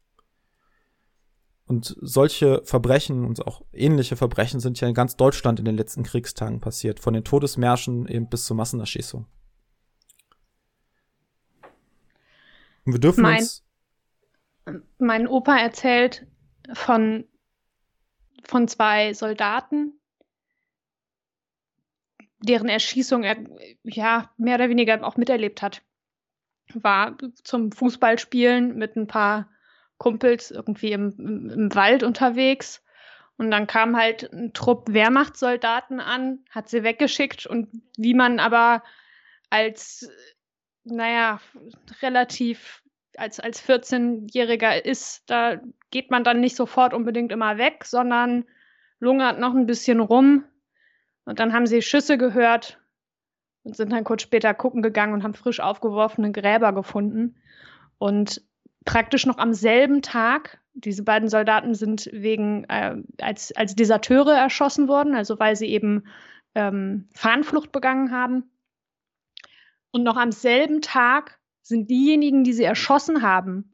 Und solche Verbrechen und auch ähnliche Verbrechen sind ja in ganz Deutschland in den letzten Kriegstagen passiert. Von den Todesmärschen eben bis zur Massenerschießung. Und wir dürfen Mein Opa erzählt von 2 Soldaten, deren Erschießung er mehr oder weniger auch miterlebt hat. War zum Fußballspielen mit ein paar Kumpels irgendwie im Wald unterwegs. Und dann kam halt ein Trupp Wehrmachtssoldaten an, hat sie weggeschickt. Und wie man aber als 14-Jähriger ist, da geht man dann nicht sofort unbedingt immer weg, sondern lungert noch ein bisschen rum. Und dann haben sie Schüsse gehört und sind dann kurz später gucken gegangen und haben frisch aufgeworfene Gräber gefunden. Und praktisch noch am selben Tag, diese beiden Soldaten sind als Deserteure erschossen worden, also weil sie eben Fahnenflucht begangen haben. Und noch am selben Tag sind diejenigen, die sie erschossen haben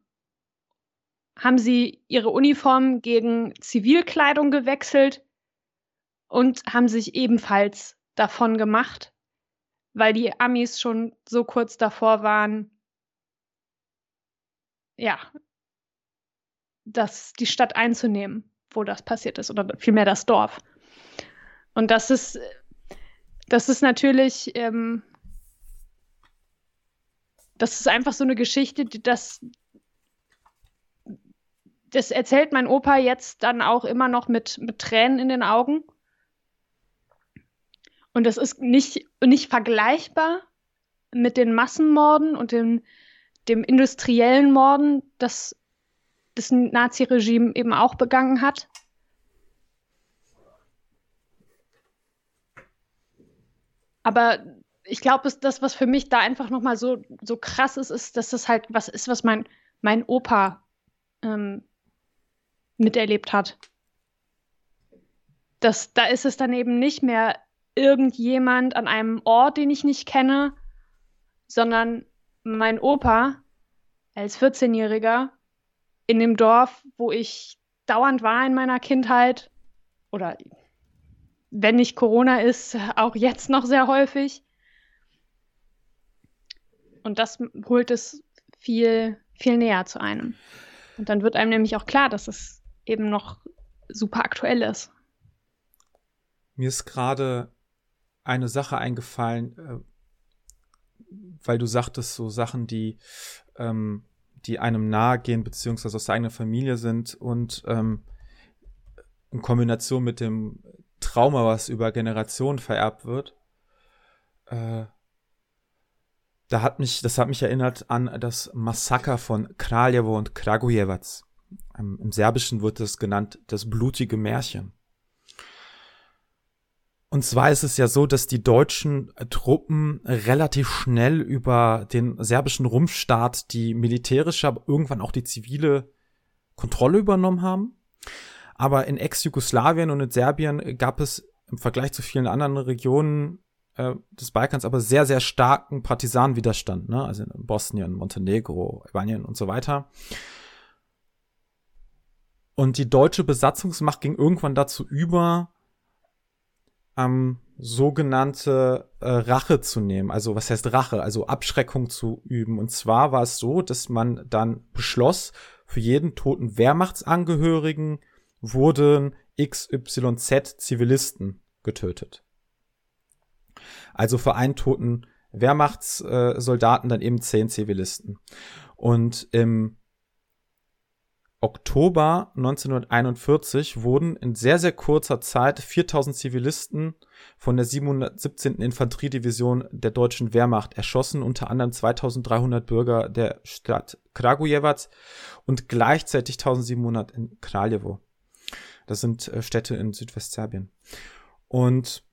sie ihre Uniform gegen Zivilkleidung gewechselt und haben sich ebenfalls davon gemacht, weil die Amis schon so kurz davor waren, die Stadt einzunehmen, wo das passiert ist, oder vielmehr das Dorf. Und das ist natürlich, das ist einfach so eine Geschichte, das erzählt mein Opa jetzt dann auch immer noch mit Tränen in den Augen. Und das ist nicht vergleichbar mit den Massenmorden und dem industriellen Morden, das Naziregime eben auch begangen hat. Aber ich glaube, das, was für mich da einfach nochmal so krass ist, dass das halt was ist, was mein Opa miterlebt hat. Da ist es dann eben nicht mehr irgendjemand an einem Ort, den ich nicht kenne, sondern mein Opa als 14-Jähriger in dem Dorf, wo ich dauernd war in meiner Kindheit, oder wenn nicht Corona ist, auch jetzt noch sehr häufig. Und das holt es viel, viel näher zu einem. Und dann wird einem nämlich auch klar, dass es eben noch super aktuell ist. Mir ist gerade eine Sache eingefallen, weil du sagtest, so Sachen, die einem nahe gehen, beziehungsweise aus der eigenen Familie sind und in Kombination mit dem Trauma, was über Generationen vererbt wird. Das hat mich erinnert an das Massaker von Kraljevo und Kragujevac Im Serbischen wird es genannt das blutige Märchen. Und zwar ist es ja so, dass die deutschen Truppen relativ schnell über den serbischen Rumpfstaat die militärische, aber irgendwann auch die zivile Kontrolle übernommen haben. Aber in Ex-Jugoslawien und in Serbien gab es im Vergleich zu vielen anderen Regionen des Balkans aber sehr, sehr starken Partisanenwiderstand, ne? Also in Bosnien, Montenegro, Albanien und so weiter. Und die deutsche Besatzungsmacht ging irgendwann dazu über, sogenannte Rache zu nehmen. Also was heißt Rache? Also Abschreckung zu üben. Und zwar war es so, dass man dann beschloss, für jeden toten Wehrmachtsangehörigen wurden XYZ Zivilisten getötet. Also für einen toten Wehrmachtssoldaten dann eben 10 Zivilisten. Und im Oktober 1941 wurden in sehr, sehr kurzer Zeit 4000 Zivilisten von der 717. Infanteriedivision der deutschen Wehrmacht erschossen, unter anderem 2300 Bürger der Stadt Kragujevac und gleichzeitig 1700 in Kraljevo. Das sind Städte in Südwestserbien. Und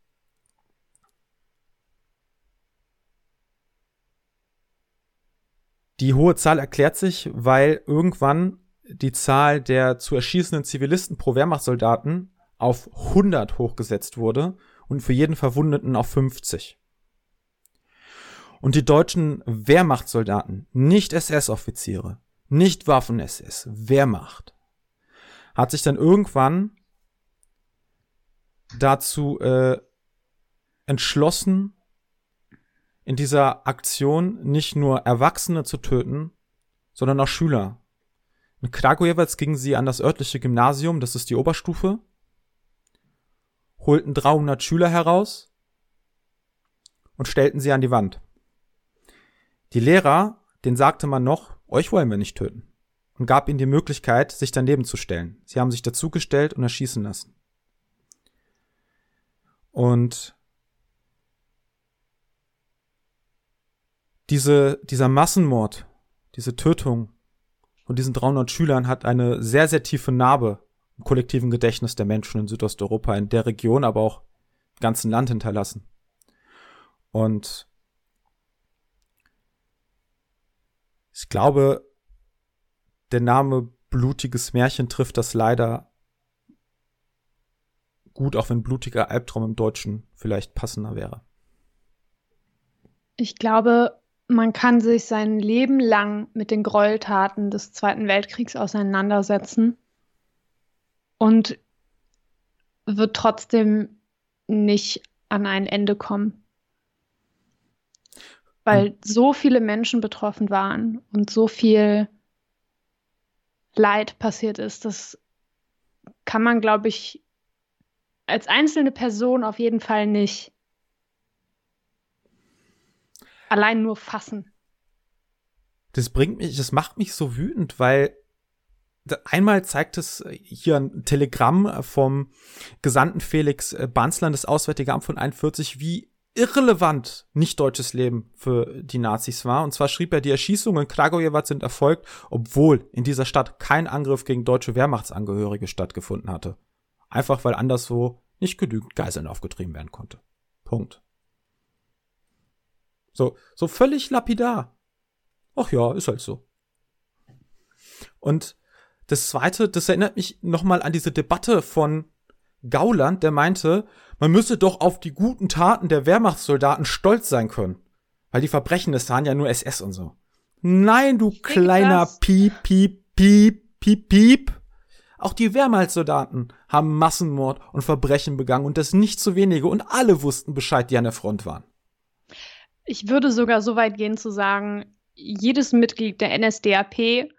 die hohe Zahl erklärt sich, weil irgendwann die Zahl der zu erschießenden Zivilisten pro Wehrmachtssoldaten auf 100 hochgesetzt wurde und für jeden Verwundeten auf 50. Und die deutschen Wehrmachtssoldaten, nicht SS-Offiziere, nicht Waffen-SS, Wehrmacht, hat sich dann irgendwann dazu entschlossen, in dieser Aktion nicht nur Erwachsene zu töten, sondern auch Schüler. In Kragujevac gingen sie an das örtliche Gymnasium, das ist die Oberstufe, holten 300 Schüler heraus und stellten sie an die Wand. Die Lehrer, denen sagte man noch, euch wollen wir nicht töten, und gab ihnen die Möglichkeit, sich daneben zu stellen. Sie haben sich dazugestellt und erschießen lassen. Und dieser Massenmord, diese Tötung von diesen 300 Schülern hat eine sehr, sehr tiefe Narbe im kollektiven Gedächtnis der Menschen in Südosteuropa, in der Region, aber auch im ganzen Land hinterlassen. Und ich glaube, der Name blutiges Märchen trifft das leider gut, auch wenn blutiger Albtraum im Deutschen vielleicht passender wäre. Ich glaube, man kann sich sein Leben lang mit den Gräueltaten des Zweiten Weltkriegs auseinandersetzen und wird trotzdem nicht an ein Ende kommen. Weil so viele Menschen betroffen waren und so viel Leid passiert ist, das kann man, glaube ich, als einzelne Person auf jeden Fall nicht allein nur fassen. Das macht mich so wütend, weil einmal zeigt es hier ein Telegramm vom Gesandten Felix Banzler, das Auswärtige Amt von 41, wie irrelevant nicht-deutsches Leben für die Nazis war. Und zwar schrieb er, die Erschießungen in Kragujevac sind erfolgt, obwohl in dieser Stadt kein Angriff gegen deutsche Wehrmachtsangehörige stattgefunden hatte. Einfach weil anderswo nicht genügend Geiseln aufgetrieben werden konnte. Punkt. So völlig lapidar. Ach ja, ist halt so. Und das Zweite, das erinnert mich nochmal an diese Debatte von Gauland, der meinte, man müsse doch auf die guten Taten der Wehrmachtssoldaten stolz sein können. Weil die Verbrechen, das waren ja nur SS und so. Nein, du kleiner Piep, Piep, Piep, Piep, Piep. Auch die Wehrmachtssoldaten haben Massenmord und Verbrechen begangen und das nicht zu wenige und alle wussten Bescheid, die an der Front waren. Ich würde sogar so weit gehen zu sagen, jedes Mitglied der NSDAP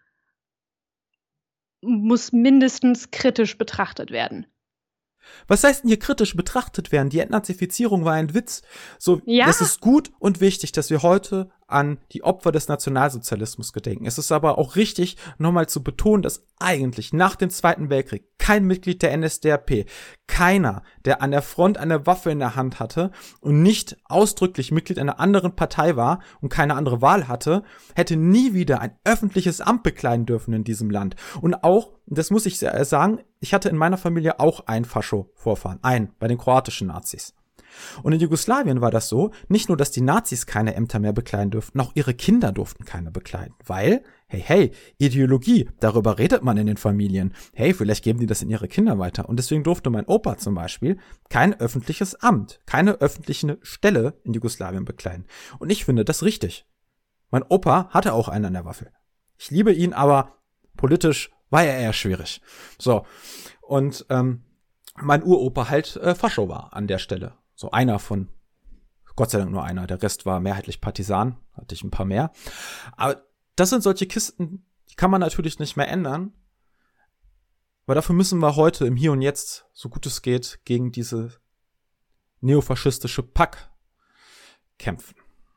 muss mindestens kritisch betrachtet werden. Was heißt denn hier kritisch betrachtet werden? Die Entnazifizierung war ein Witz. So, ja. Das ist gut und wichtig, dass wir heute an die Opfer des Nationalsozialismus gedenken. Es ist aber auch richtig, nochmal zu betonen, dass eigentlich nach dem Zweiten Weltkrieg kein Mitglied der NSDAP, keiner, der an der Front eine Waffe in der Hand hatte und nicht ausdrücklich Mitglied einer anderen Partei war und keine andere Wahl hatte, hätte nie wieder ein öffentliches Amt bekleiden dürfen in diesem Land. Und auch, das muss ich sagen, ich hatte in meiner Familie auch einen Fascho-Vorfahren, bei den kroatischen Nazis. Und in Jugoslawien war das so, nicht nur, dass die Nazis keine Ämter mehr bekleiden durften, auch ihre Kinder durften keine bekleiden. Weil, hey, Ideologie, darüber redet man in den Familien. Hey, vielleicht geben die das in ihre Kinder weiter. Und deswegen durfte mein Opa zum Beispiel kein öffentliches Amt, keine öffentliche Stelle in Jugoslawien bekleiden. Und ich finde das richtig. Mein Opa hatte auch einen an der Waffe. Ich liebe ihn, aber politisch war er eher schwierig. So, und mein Uropa halt Fascho war an der Stelle. So einer von, Gott sei Dank nur einer, der Rest war mehrheitlich Partisan, hatte ich ein paar mehr. Aber das sind solche Kisten, die kann man natürlich nicht mehr ändern. Aber dafür müssen wir heute im Hier und Jetzt, so gut es geht, gegen diese neofaschistische Pack kämpfen.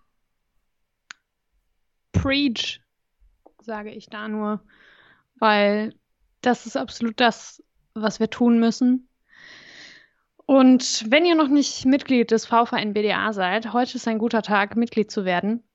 Preach, sage ich da nur, weil das ist absolut das, was wir tun müssen. Und wenn ihr noch nicht Mitglied des VVN-BDA seid, heute ist ein guter Tag, Mitglied zu werden.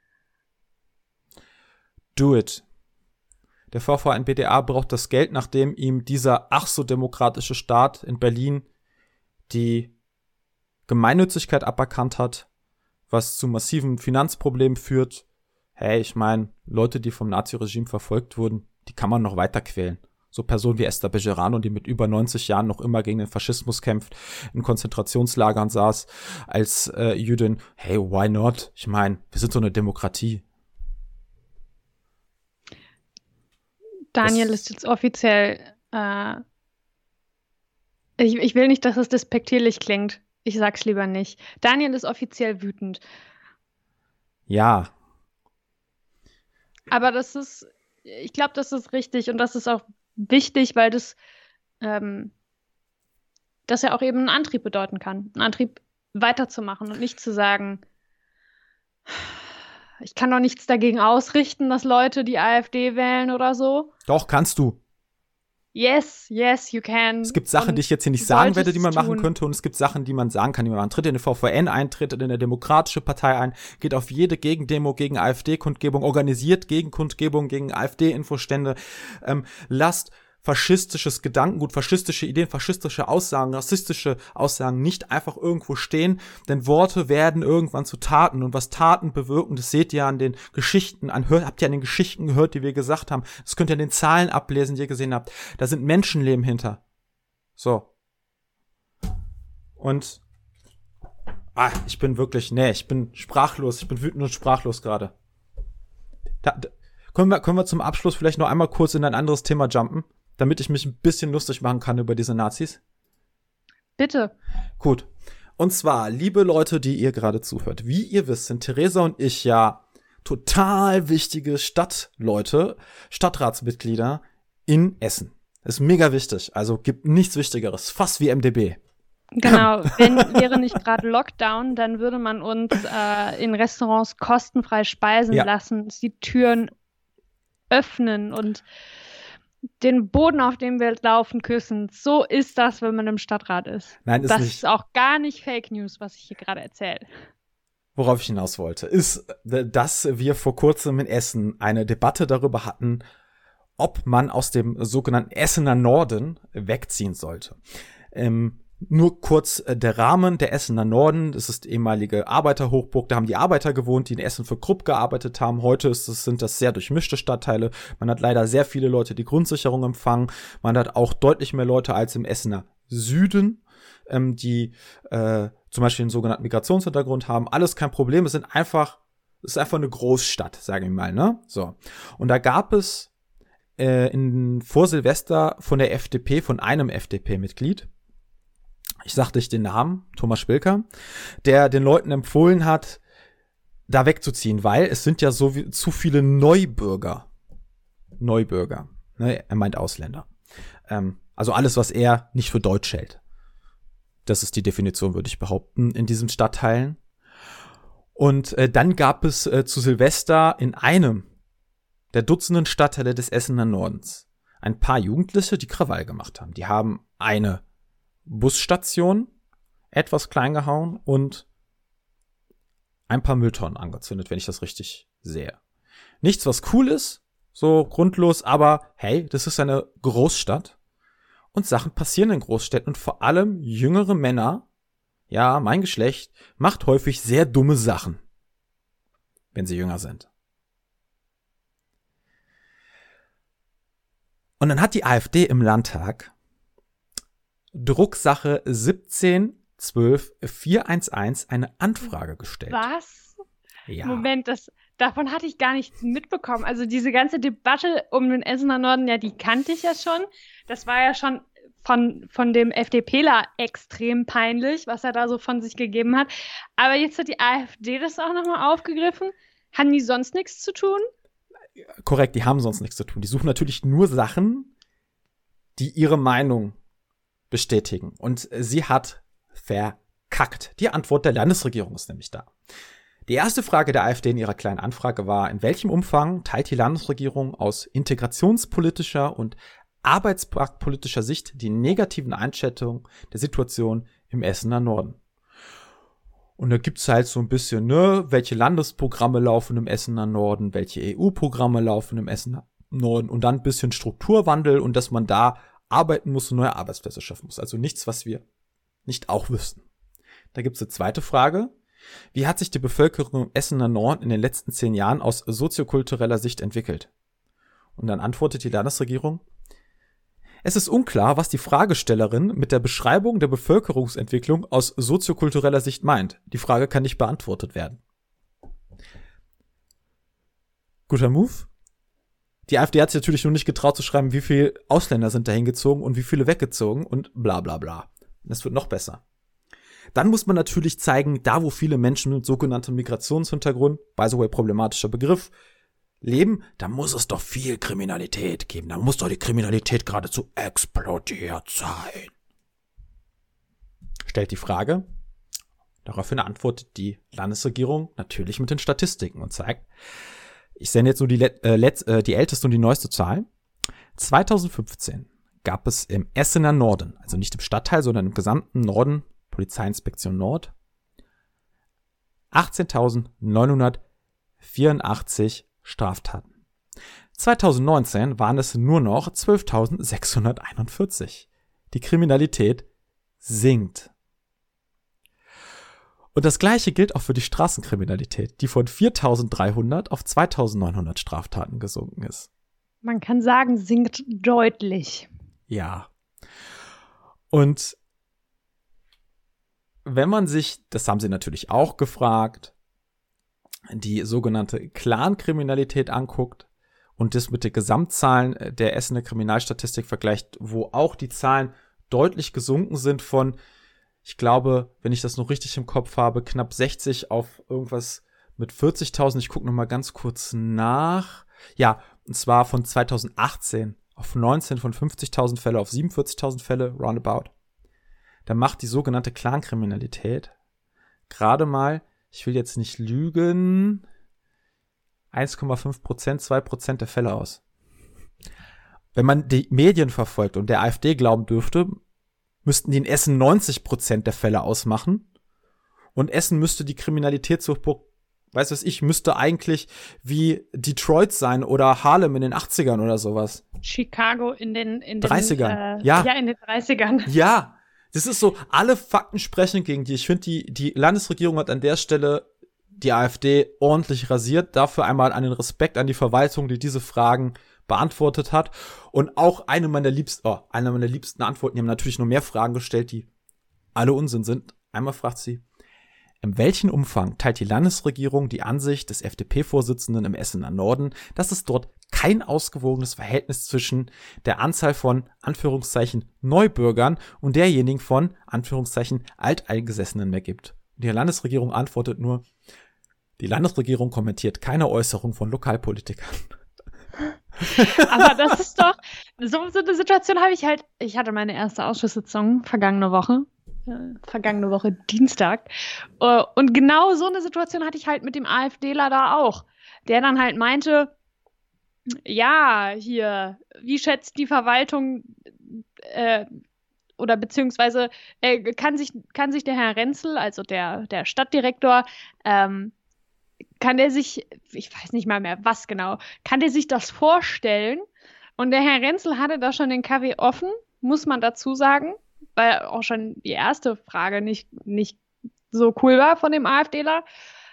Do it. Der VVN-BDA braucht das Geld, nachdem ihm dieser ach so demokratische Staat in Berlin die Gemeinnützigkeit aberkannt hat, was zu massiven Finanzproblemen führt. Hey, ich meine, Leute, die vom Naziregime verfolgt wurden, die kann man noch weiter quälen. So Personen wie Esther Bejerano, die mit über 90 Jahren noch immer gegen den Faschismus kämpft, in Konzentrationslagern saß als Jüdin. Hey, why not? Ich meine, wir sind so eine Demokratie. Daniel ist jetzt offiziell, ich will nicht, dass es despektierlich klingt. Ich sag's lieber nicht. Daniel ist offiziell wütend. Ja. Aber ich glaube, das ist richtig und das ist auch wichtig, weil das ja auch eben einen Antrieb bedeuten kann. Einen Antrieb weiterzumachen und nicht zu sagen, ich kann doch nichts dagegen ausrichten, dass Leute die AfD wählen oder so. Doch, kannst du. Yes, you can. Es gibt Sachen, die ich jetzt hier nicht sagen werde, die man machen könnte, und es gibt Sachen, die man sagen kann, die man machen. Tritt in den VVN ein, tritt in eine demokratische Partei ein, geht auf jede Gegendemo gegen AfD-Kundgebung, organisiert Gegenkundgebung gegen AfD-Infostände, lasst faschistisches Gedankengut, faschistische Ideen, faschistische Aussagen, rassistische Aussagen nicht einfach irgendwo stehen, denn Worte werden irgendwann zu Taten, und was Taten bewirken, das seht ihr an den Geschichten, habt ihr an den Geschichten gehört, die wir gesagt haben, das könnt ihr an den Zahlen ablesen, die ihr gesehen habt, da sind Menschenleben hinter. So. Und ich bin sprachlos, ich bin wütend und sprachlos gerade. Können wir zum Abschluss vielleicht noch einmal kurz in ein anderes Thema jumpen, damit ich mich ein bisschen lustig machen kann über diese Nazis? Bitte. Gut. Und zwar, liebe Leute, die ihr gerade zuhört, wie ihr wisst, sind Theresa und ich ja total wichtige Stadtratsmitglieder in Essen. Das ist mega wichtig. Also gibt nichts Wichtigeres. Fast wie MdB. Genau. Wäre nicht gerade Lockdown, dann würde man uns in Restaurants kostenfrei speisen lassen, die Türen öffnen und den Boden, auf dem wir laufen, küssen. So ist das, wenn man im Stadtrat ist. Nein, ist das nicht. Ist auch gar nicht Fake News, was ich hier gerade erzähle. Worauf ich hinaus wollte, ist, dass wir vor kurzem in Essen eine Debatte darüber hatten, ob man aus dem sogenannten Essener Norden wegziehen sollte. Nur kurz der Rahmen: der Essener Norden, das ist die ehemalige Arbeiterhochburg, da haben die Arbeiter gewohnt, die in Essen für Krupp gearbeitet haben. Heute sind das sehr durchmischte Stadtteile. Man hat leider sehr viele Leute, die Grundsicherung empfangen. Man hat auch deutlich mehr Leute als im Essener Süden, die zum Beispiel einen sogenannten Migrationshintergrund haben. Alles kein Problem, es ist einfach eine Großstadt, sagen wir mal, ne? So. Und da gab es vor Silvester von der FDP, von einem FDP-Mitglied, ich sagte nicht den Namen, Thomas Spilker, der den Leuten empfohlen hat, da wegzuziehen, weil es sind ja zu viele Neubürger. Ne? Er meint Ausländer. Also alles, was er nicht für deutsch hält. Das ist die Definition, würde ich behaupten, in diesen Stadtteilen. Und dann gab es zu Silvester in einem der Dutzenden Stadtteile des Essener Nordens ein paar Jugendliche, die Krawall gemacht haben. Die haben eine Busstation etwas klein gehauen und ein paar Mülltonnen angezündet, wenn ich das richtig sehe. Nichts, was cool ist, so grundlos, aber hey, das ist eine Großstadt und Sachen passieren in Großstädten und vor allem jüngere Männer, ja, mein Geschlecht, macht häufig sehr dumme Sachen, wenn sie jünger sind. Und dann hat die AfD im Landtag Drucksache 17-12-411 eine Anfrage gestellt. Was? Ja. Moment, davon hatte ich gar nichts mitbekommen. Also diese ganze Debatte um den Essener Norden, ja, die kannte ich ja schon. Das war ja schon von dem FDPler extrem peinlich, was er da so von sich gegeben hat. Aber jetzt hat die AfD das auch nochmal aufgegriffen. Haben die sonst nichts zu tun? Korrekt, die haben sonst nichts zu tun. Die suchen natürlich nur Sachen, die ihre Meinung bestätigen. Und sie hat verkackt. Die Antwort der Landesregierung ist nämlich da. Die erste Frage der AfD in ihrer kleinen Anfrage war, in welchem Umfang teilt die Landesregierung aus integrationspolitischer und arbeitsmarktpolitischer Sicht die negativen Einschätzungen der Situation im Essener Norden? Und da gibt's halt so ein bisschen, welche Landesprogramme laufen im Essener Norden, welche EU-Programme laufen im Essener Norden und dann ein bisschen Strukturwandel und dass man da arbeiten muss und neue Arbeitsplätze schaffen muss. Also nichts, was wir nicht auch wüssten. Da gibt's eine zweite Frage. Wie hat sich die Bevölkerung im Essener Norden in den letzten 10 Jahren aus soziokultureller Sicht entwickelt? Und dann antwortet die Landesregierung: Es ist unklar, was die Fragestellerin mit der Beschreibung der Bevölkerungsentwicklung aus soziokultureller Sicht meint. Die Frage kann nicht beantwortet werden. Guter Move. Die AfD hat sich natürlich nur nicht getraut zu schreiben, wie viele Ausländer sind da hingezogen und wie viele weggezogen und bla bla bla. Das wird noch besser. Dann muss man natürlich zeigen, da wo viele Menschen mit sogenanntem Migrationshintergrund, by the way problematischer Begriff, leben, da muss es doch viel Kriminalität geben. Da muss doch die Kriminalität geradezu explodiert sein. Stellt die Frage. Daraufhin antwortet die Landesregierung natürlich mit den Statistiken und zeigt, ich sende jetzt nur die älteste und die neueste Zahl. 2015 gab es im Essener Norden, also nicht im Stadtteil, sondern im gesamten Norden, Polizeiinspektion Nord, 18.984 Straftaten. 2019 waren es nur noch 12.641. Die Kriminalität sinkt. Und das Gleiche gilt auch für die Straßenkriminalität, die von 4.300 auf 2.900 Straftaten gesunken ist. Man kann sagen, sinkt deutlich. Ja. Und wenn man sich, das haben sie natürlich auch gefragt, die sogenannte Clan-Kriminalität anguckt und das mit den Gesamtzahlen der Essener Kriminalstatistik vergleicht, wo auch die Zahlen deutlich gesunken sind von, ich glaube, wenn ich das noch richtig im Kopf habe, knapp 60 auf irgendwas mit 40.000. Ich gucke noch mal ganz kurz nach. Ja, und zwar von 2018 auf 19 von 50.000 Fälle auf 47.000 Fälle, roundabout. Da macht die sogenannte Clankriminalität gerade mal, ich will jetzt nicht lügen, 1,5%, 2% der Fälle aus. Wenn man die Medien verfolgt und der AfD glauben dürfte, müssten die in Essen 90% der Fälle ausmachen. Und Essen müsste die Kriminalitätshochburg, weiß was ich, müsste eigentlich wie Detroit sein oder Harlem in den 80ern oder sowas. Chicago in den 30ern. Ja, in den 30ern. Ja, das ist so, alle Fakten sprechen gegen die. Ich finde, die Landesregierung hat an der Stelle die AfD ordentlich rasiert. Dafür einmal einen Respekt an die Verwaltung, die diese Fragen beantwortet hat. Und auch eine meiner liebsten Antworten, die haben natürlich noch mehr Fragen gestellt, die alle Unsinn sind. Einmal fragt sie, in welchem Umfang teilt die Landesregierung die Ansicht des FDP-Vorsitzenden im Essener Norden, dass es dort kein ausgewogenes Verhältnis zwischen der Anzahl von, Anführungszeichen, Neubürgern und derjenigen von, Anführungszeichen, Alteingesessenen mehr gibt? Und die Landesregierung antwortet nur, die Landesregierung kommentiert keine Äußerung von Lokalpolitikern. Aber das ist doch, so eine Situation habe ich hatte meine erste Ausschusssitzung vergangene Woche vergangene Woche Dienstag. Und genau so eine Situation hatte ich halt mit dem AfDler da auch, der dann halt meinte, ja, hier, wie schätzt die Verwaltung oder beziehungsweise kann sich der Herr Renzel, also der Stadtdirektor, kann der sich, ich weiß nicht mal mehr, was genau, kann der sich das vorstellen? Und der Herr Renzel hatte da schon den Kaffee offen, muss man dazu sagen, weil auch schon die erste Frage nicht so cool war von dem AfDler.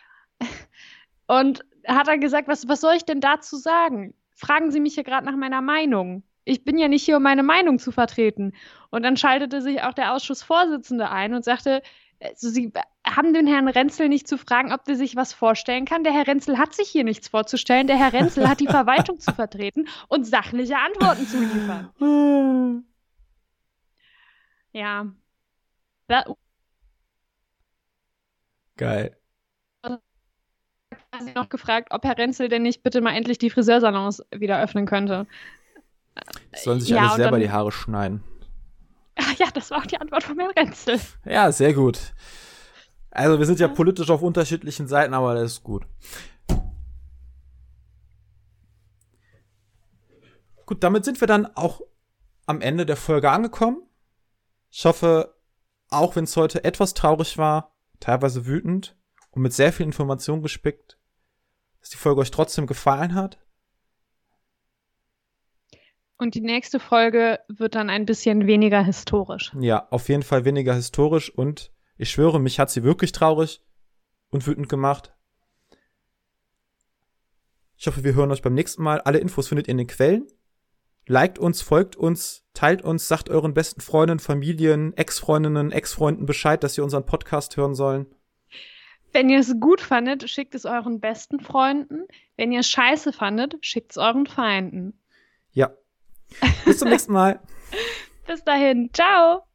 Und hat er gesagt, was soll ich denn dazu sagen? Fragen Sie mich hier gerade nach meiner Meinung. Ich bin ja nicht hier, um meine Meinung zu vertreten. Und dann schaltete sich auch der Ausschussvorsitzende ein und sagte, also Sie haben den Herrn Renzel nicht zu fragen, ob der sich was vorstellen kann. Der Herr Renzel hat sich hier nichts vorzustellen. Der Herr Renzel hat die Verwaltung zu vertreten und sachliche Antworten zu liefern. Ja. Geil. Sie noch gefragt, ob Herr Renzel denn nicht bitte mal endlich die Friseursalons wieder öffnen könnte. Sollen sich alle selber die Haare schneiden. Ach ja, das war auch die Antwort von Herrn Renzel. Ja, sehr gut. Also wir sind ja politisch auf unterschiedlichen Seiten, aber das ist gut. Gut, damit sind wir dann auch am Ende der Folge angekommen. Ich hoffe, auch wenn es heute etwas traurig war, teilweise wütend und mit sehr viel Information gespickt, dass die Folge euch trotzdem gefallen hat. Und die nächste Folge wird dann ein bisschen weniger historisch. Ja, auf jeden Fall weniger historisch und ich schwöre, mich hat sie wirklich traurig und wütend gemacht. Ich hoffe, wir hören euch beim nächsten Mal. Alle Infos findet ihr in den Quellen. Liked uns, folgt uns, teilt uns, sagt euren besten Freunden, Familien, Ex-Freundinnen, Ex-Freunden Bescheid, dass sie unseren Podcast hören sollen. Wenn ihr es gut fandet, schickt es euren besten Freunden. Wenn ihr es scheiße fandet, schickt es euren Feinden. Ja. Bis zum nächsten Mal. Bis dahin. Ciao.